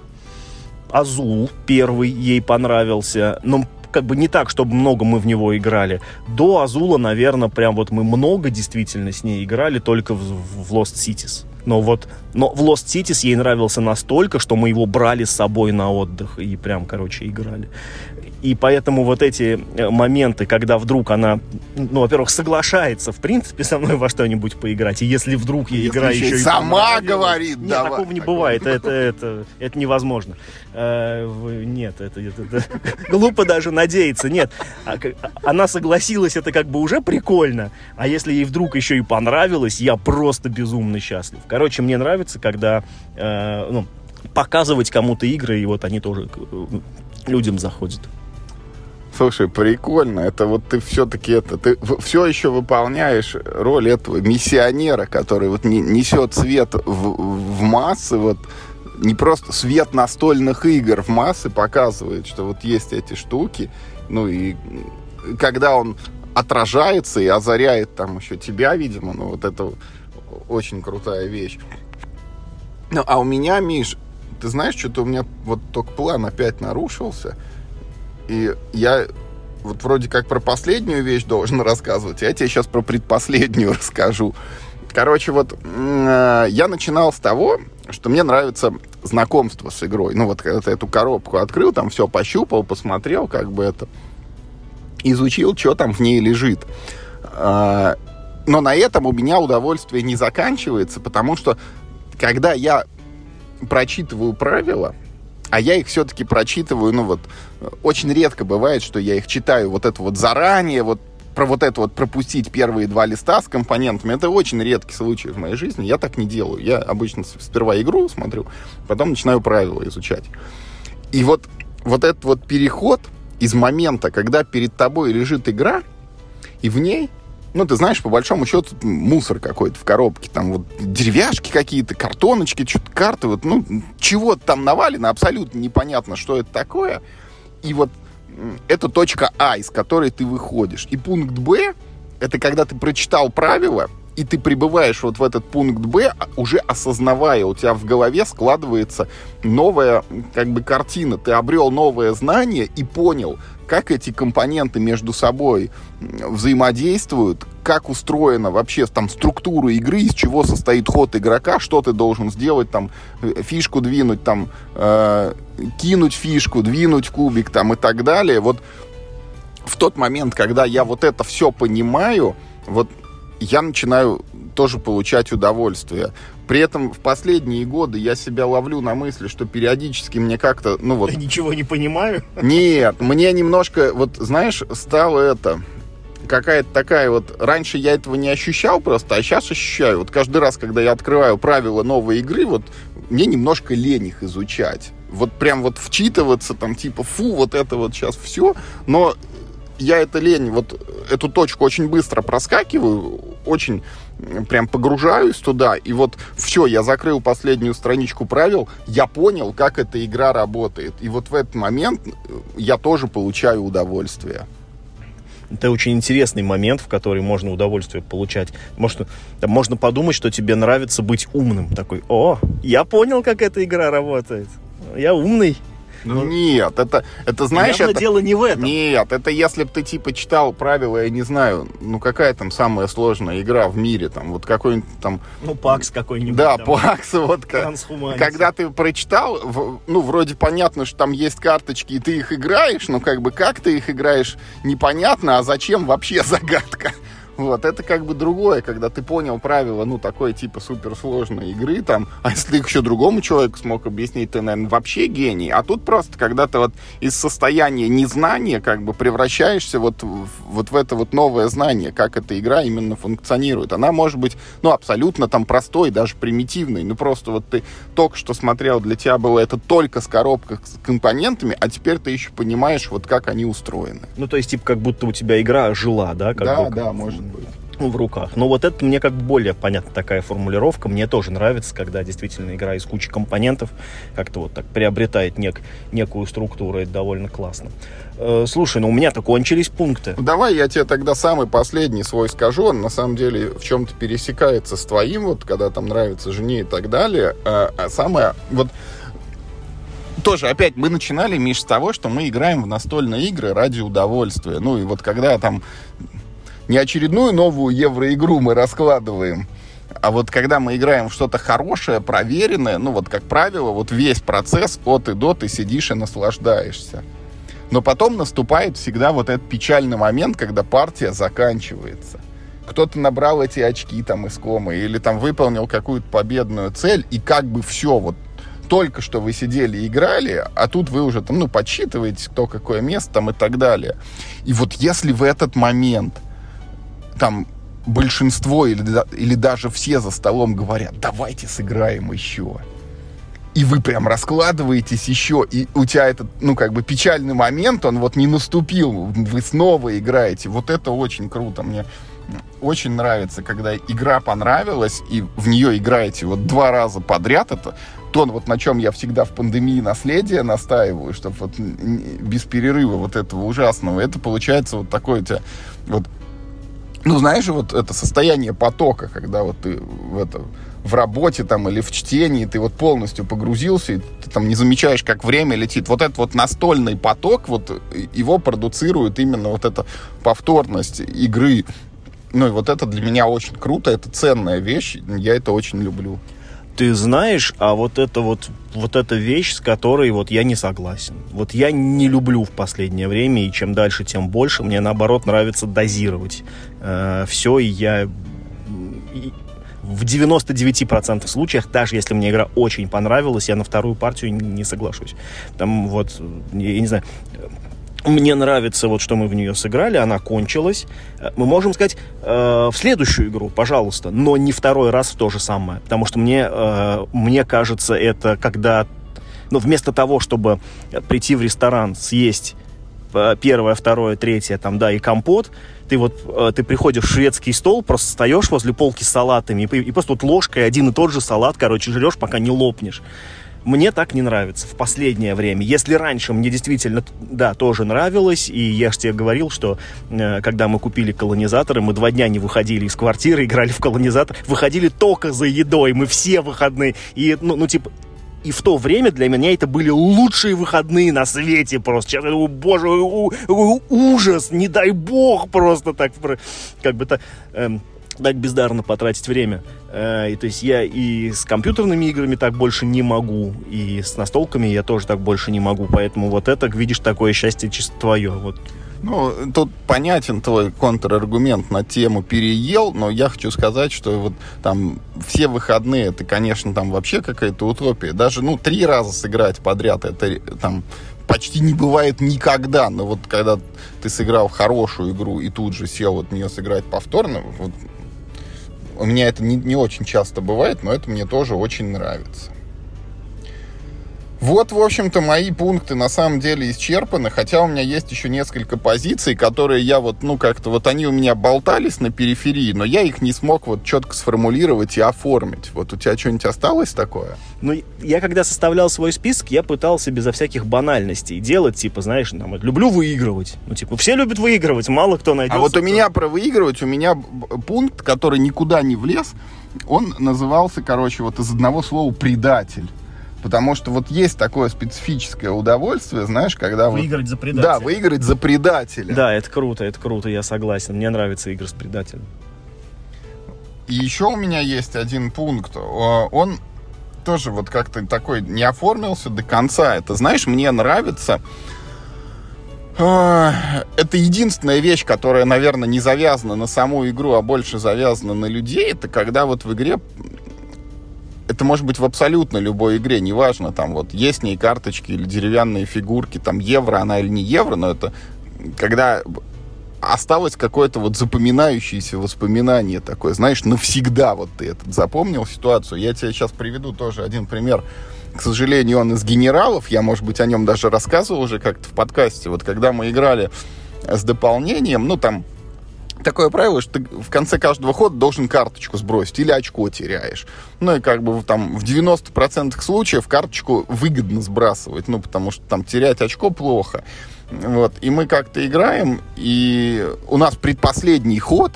Азул первый ей понравился. Ну, как бы не так, чтобы много мы в него играли. До Азула, наверное, прям вот мы много действительно с ней играли только в, в Lost Cities. Но вот но в Lost Cities ей нравился настолько, что мы его брали с собой на отдых и прям, короче, играли. И поэтому вот эти моменты, когда вдруг она, ну, во-первых, соглашается, в принципе, со мной во что-нибудь поиграть, и если вдруг ей игра еще, еще и сама говорит, нет, давай. Такого не бывает, это, это, это невозможно. Нет, это, это, это глупо даже надеяться, нет. Она согласилась, это как бы уже прикольно, а если ей вдруг еще и понравилось, я просто безумно счастлив. Короче, мне нравится, когда ну, показывать кому-то игры, и вот они тоже людям заходят. Слушай, прикольно. Это вот ты все-таки это, ты все еще выполняешь роль этого миссионера, который вот не, несет свет в, в массы, вот не просто свет настольных игр в массы показывает, что вот есть эти штуки, ну и когда он отражается и озаряет там еще тебя, видимо, ну вот это очень крутая вещь. Ну, а у меня, Миш, ты знаешь, что-то у меня вот только план опять нарушился. И я вот вроде как про последнюю вещь должен рассказывать, я тебе сейчас про предпоследнюю расскажу. Короче, вот э, я начинал с того, что мне нравится знакомство с игрой. Ну вот, когда ты эту коробку открыл, там все пощупал, посмотрел, как бы это, изучил, что там в ней лежит. Э, но на этом у меня удовольствие не заканчивается, потому что, когда я прочитываю правила, а я их все-таки прочитываю, ну вот, очень редко бывает, что я их читаю вот это вот заранее, вот про вот это вот пропустить первые два листа с компонентами, это очень редкий случай в моей жизни. Я так не делаю. Я обычно сперва игру смотрю, потом начинаю правила изучать. И вот, вот этот вот переход из момента, когда перед тобой лежит игра, и в ней, ну, ты знаешь, по большому счету, мусор какой-то в коробке, там вот деревяшки какие-то, картоночки, что-то карты, вот, ну, чего-то там навалено, абсолютно непонятно, что это такое. И вот это точка А, из которой ты выходишь. И пункт Б, это когда ты прочитал правила, и ты прибываешь вот в этот пункт Б, уже осознавая, у тебя в голове складывается новая, как бы, картина. Ты обрел новое знание и понял, как эти компоненты между собой взаимодействуют, как устроена вообще там структура игры, из чего состоит ход игрока, что ты должен сделать, там, фишку двинуть, там, э, кинуть фишку, двинуть кубик, там, и так далее. Вот в тот момент, когда я вот это все понимаю, вот я начинаю тоже получать удовольствие. При этом в последние годы я себя ловлю на мысли, что периодически мне как-то, ну вот... Я ничего не понимаю. Нет, мне немножко, вот, знаешь, стало это... Какая-то такая вот... Раньше я этого не ощущал просто, а сейчас ощущаю. Вот каждый раз, когда я открываю правила новой игры, вот мне немножко лень их изучать. Вот прям вот вчитываться, там, типа, фу, вот это вот сейчас все. Но я это лень, вот эту точку очень быстро проскакиваю, очень прям погружаюсь туда, и вот все, я закрыл последнюю страничку правил, я понял, как эта игра работает. И вот в этот момент я тоже получаю удовольствие. Это очень интересный момент, в который можно удовольствие получать. Может, там можно подумать, что тебе нравится быть умным. Такой, о, я понял, как эта игра работает. Я умный. Ну, нет, это, это знаешь... Явно это... дело не в этом. Нет, это если бы ты, типа, читал правила, я не знаю, ну, какая там самая сложная игра в мире, там, вот какой-нибудь там... Ну, пакс какой-нибудь. Да, там, пакс, вот. Когда ты прочитал, в, ну, вроде понятно, что там есть карточки, и ты их играешь, но как бы как ты их играешь, непонятно, а зачем вообще загадка. Вот, это как бы другое, когда ты понял правила, ну, такой типа суперсложной игры, там, а если ты еще другому человеку смог объяснить, ты, наверное, вообще гений. А тут просто, когда ты вот из состояния незнания как бы превращаешься вот, в, вот в это вот новое знание, как эта игра именно функционирует. Она может быть, ну, абсолютно там простой, даже примитивной, ну, просто вот ты только что смотрел, для тебя было это только с коробкой с компонентами, а теперь ты еще понимаешь, вот как они устроены. Ну, то есть, типа, как будто у тебя игра жила, да? Как да, бы, да, может быть. В руках. Но вот это мне как бы более понятна такая формулировка. Мне тоже нравится, когда действительно игра из кучи компонентов как-то вот так приобретает нек, некую структуру. Это довольно классно. Э, слушай, ну у меня-то кончились пункты. Давай я тебе тогда самый последний свой скажу. Он на самом деле в чем-то пересекается с твоим, вот когда там нравится жене и так далее. А, а самое вот... Тоже, опять, мы начинали, Миш, с того, что мы играем в настольные игры ради удовольствия. Ну и вот когда там не очередную новую евроигру мы раскладываем, а вот когда мы играем в что-то хорошее, проверенное, ну вот как правило, вот весь процесс от и до ты сидишь и наслаждаешься. Но потом наступает всегда вот этот печальный момент, когда партия заканчивается. Кто-то набрал эти очки там из комы или там выполнил какую-то победную цель, и как бы все, вот только что вы сидели и играли, а тут вы уже там, ну, подсчитываете, кто какое место там и так далее. И вот если в этот момент там большинство или, или даже все за столом говорят, давайте сыграем еще, и вы прям раскладываетесь еще, и у тебя этот, ну, как бы печальный момент, он вот не наступил, вы снова играете, вот это очень круто, мне очень нравится, когда игра понравилась, и в нее играете вот два раза подряд, это то, вот на чем я всегда в пандемии наследия настаиваю, чтобы вот без перерыва вот этого ужасного, это получается вот такое у тебя, вот, ну, знаешь, вот это состояние потока, когда вот ты в, это, в работе там или в чтении, ты вот полностью погрузился, и ты там не замечаешь, как время летит. Вот этот вот настольный поток, вот его продуцирует именно вот эта повторность игры. Ну, и вот это для меня очень круто, это ценная вещь, я это очень люблю. Ты знаешь, а вот это вот, вот эта вещь, с которой вот я не согласен. Вот я не люблю в последнее время, и чем дальше, тем больше. Мне, наоборот, нравится дозировать э, все, и я и в девяноста девяти процентах случаях, даже если мне игра очень понравилась, я на вторую партию не соглашусь. Там вот, я не знаю... Мне нравится, вот что мы в нее сыграли, она кончилась. Мы можем сказать, э, в следующую игру, пожалуйста, но не второй раз в то же самое. Потому что мне, э, мне кажется, это когда... Ну, вместо того, чтобы прийти в ресторан, съесть первое, второе, третье, там, да, и компот, ты вот, э, ты приходишь в шведский стол, просто встаешь возле полки с салатами и, и просто вот ложкой один и тот же салат, короче, жрешь, пока не лопнешь. Мне так не нравится в последнее время. Если раньше мне действительно, да, тоже нравилось, и я же тебе говорил, что э, когда мы купили колонизаторы, мы два дня не выходили из квартиры, играли в колонизатор, выходили только за едой, мы все выходные. И, ну, ну типа, и в то время для меня это были лучшие выходные на свете просто. Сейчас, о, боже, у, у, ужас, не дай бог просто так, как бы так... Эм, так бездарно потратить время. Э, и, то есть я и с компьютерными играми так больше не могу, и с настолками я тоже так больше не могу. Поэтому вот это, видишь, такое счастье чисто твое. Вот. Ну, тут понятен твой контраргумент на тему «переел», но я хочу сказать, что вот там все выходные, это, конечно, там вообще какая-то утопия. Даже, ну, три раза сыграть подряд, это там почти не бывает никогда. Но вот когда ты сыграл в хорошую игру и тут же сел вот в нее сыграть повторно, вот, у меня это не, не очень часто бывает, но это мне тоже очень нравится. Вот, в общем-то, мои пункты на самом деле исчерпаны, хотя у меня есть еще несколько позиций, которые я вот, ну, как-то, вот они у меня болтались на периферии, но я их не смог вот четко сформулировать и оформить. Вот у тебя что-нибудь осталось такое? Ну, я когда составлял свой список, я пытался безо всяких банальностей делать, типа, знаешь, там, люблю выигрывать. Ну, типа, все любят выигрывать, мало кто найдется. А вот у кто... меня про выигрывать, у меня пункт, который никуда не влез, он назывался, короче, вот из одного слова «предатель». Потому что вот есть такое специфическое удовольствие, знаешь, когда... Выиграть вот... за предателя. Да, выиграть за предателя. Да, это круто, это круто, я согласен. Мне нравятся игры с предателем. И еще у меня есть один пункт. Он тоже вот как-то такой не оформился до конца. Это, знаешь, мне нравится... Это единственная вещь, которая, наверное, не завязана на саму игру, а больше завязана на людей. Это когда вот в игре... Это может быть в абсолютно любой игре, неважно, там вот есть в ней карточки или деревянные фигурки, там евро она или не евро, но это когда осталось какое-то вот запоминающееся воспоминание такое, знаешь, навсегда вот ты этот запомнил ситуацию. Я тебе сейчас приведу тоже один пример. К сожалению, он из генералов, я, может быть, о нем даже рассказывал уже как-то в подкасте. Вот когда мы играли с дополнением, ну там такое правило, что ты в конце каждого хода должен карточку сбросить или очко теряешь. Ну и как бы там в девяноста процентах случаев карточку выгодно сбрасывать, ну потому что там терять очко плохо. Вот. И мы как-то играем, и у нас предпоследний ход,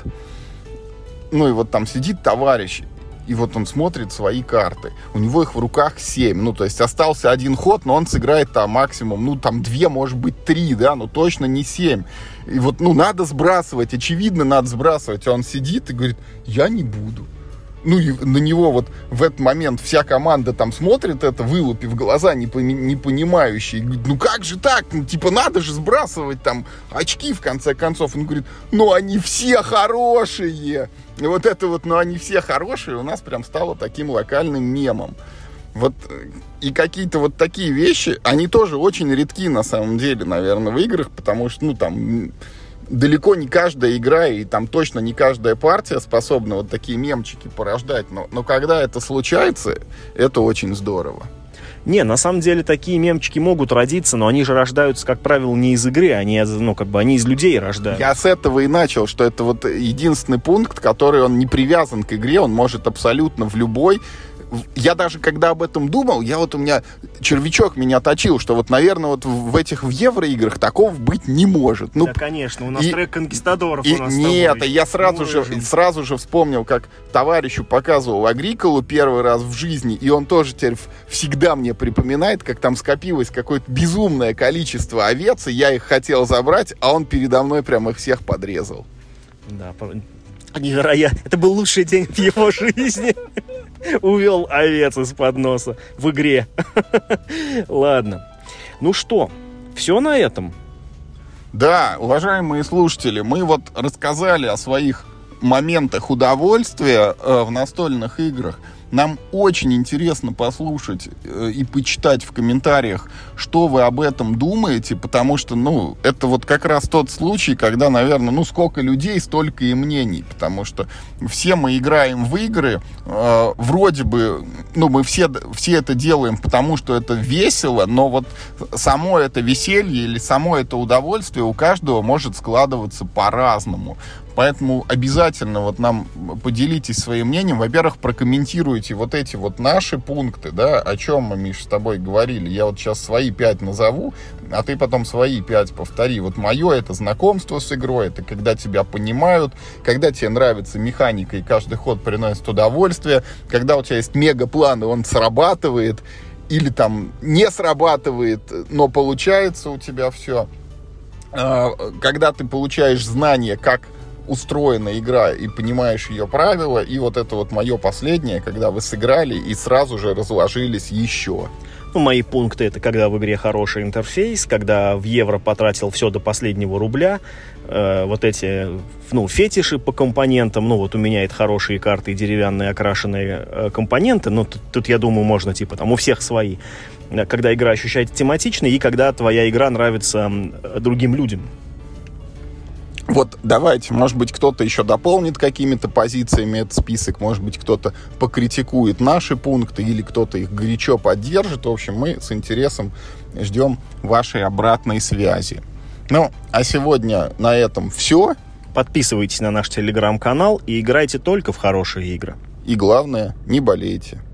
ну и вот там сидит товарищ, и вот он смотрит свои карты. У него их в руках семь. Ну, то есть остался один ход, но он сыграет там максимум, ну, там две, может быть, три, да, но точно не семь. И вот, ну, надо сбрасывать, очевидно, надо сбрасывать. А он сидит и говорит, я не буду. Ну, и на него вот в этот момент вся команда там смотрит это, вылупив глаза, не, пони- не понимающие. Говорит, ну, как же так? Ну, типа, надо же сбрасывать там очки, в конце концов. Он говорит, ну, они все хорошие. И вот это вот, ну, они все хорошие, у нас прям стало таким локальным мемом. Вот, и какие-то вот такие вещи, они тоже очень редки, на самом деле, наверное, в играх, потому что, ну, там, далеко не каждая игра и там точно не каждая партия способна вот такие мемчики порождать, но, но когда это случается, это очень здорово. Не, на самом деле такие мемчики могут родиться, но они же рождаются, как правило, не из игры, они, ну, как бы, они из людей рождаются. Я с этого и начал, что это вот единственный пункт, который он не привязан к игре, он может абсолютно в любой. Я даже, когда об этом думал, я вот у меня червячок меня точил, что вот, наверное, вот в этих в евроиграх такого быть не может. Ну, да, конечно, у нас и, трек конкистадоров и, у нас нет, с тобой. я сразу же, сразу же вспомнил, как товарищу показывал Агриколу первый раз в жизни, и он тоже теперь всегда мне припоминает, как там скопилось какое-то безумное количество овец, и я их хотел забрать, а он передо мной прям их всех подрезал. Да, невероятно. Это был лучший день в его жизни. Увел овец из-под носа в игре. Ладно. Ну что, все на этом? Да, уважаемые слушатели, мы вот рассказали о своих моментах удовольствия э, в настольных играх. Нам очень интересно послушать э, и почитать в комментариях, что вы об этом думаете, потому что, ну, это вот как раз тот случай, когда, наверное, ну, сколько людей, столько и мнений, потому что все мы играем в игры, э, вроде бы, ну, мы все, все это делаем, потому что это весело, но вот само это веселье или само это удовольствие у каждого может складываться по-разному. Поэтому обязательно вот нам поделитесь своим мнением. Во-первых, прокомментируйте вот эти вот наши пункты, да, о чем мы, Миш, с тобой говорили. Я вот сейчас свои пять назову, а ты потом свои пять повтори. Вот мое — это знакомство с игрой, это когда тебя понимают, когда тебе нравится механика и каждый ход приносит удовольствие, когда у тебя есть мегаплан и он срабатывает, или там не срабатывает, но получается у тебя все. Когда ты получаешь знания, как устроена игра, и понимаешь ее правила, и вот это вот мое последнее, когда вы сыграли и сразу же разложились еще. Ну, мои пункты — это когда в игре хороший интерфейс, когда в евро потратил все до последнего рубля, э, вот эти, ну, фетиши по компонентам, ну, вот у меня это хорошие карты и деревянные окрашенные э, компоненты, но тут, тут, я думаю, можно, типа, там, у всех свои. Когда игра ощущается тематичной, и когда твоя игра нравится другим людям. Вот давайте, может быть, кто-то еще дополнит какими-то позициями этот список, может быть, кто-то покритикует наши пункты, или кто-то их горячо поддержит. В общем, мы с интересом ждем вашей обратной связи. Ну, а сегодня на этом все. Подписывайтесь на наш телеграм-канал и играйте только в хорошие игры. И главное, не болейте.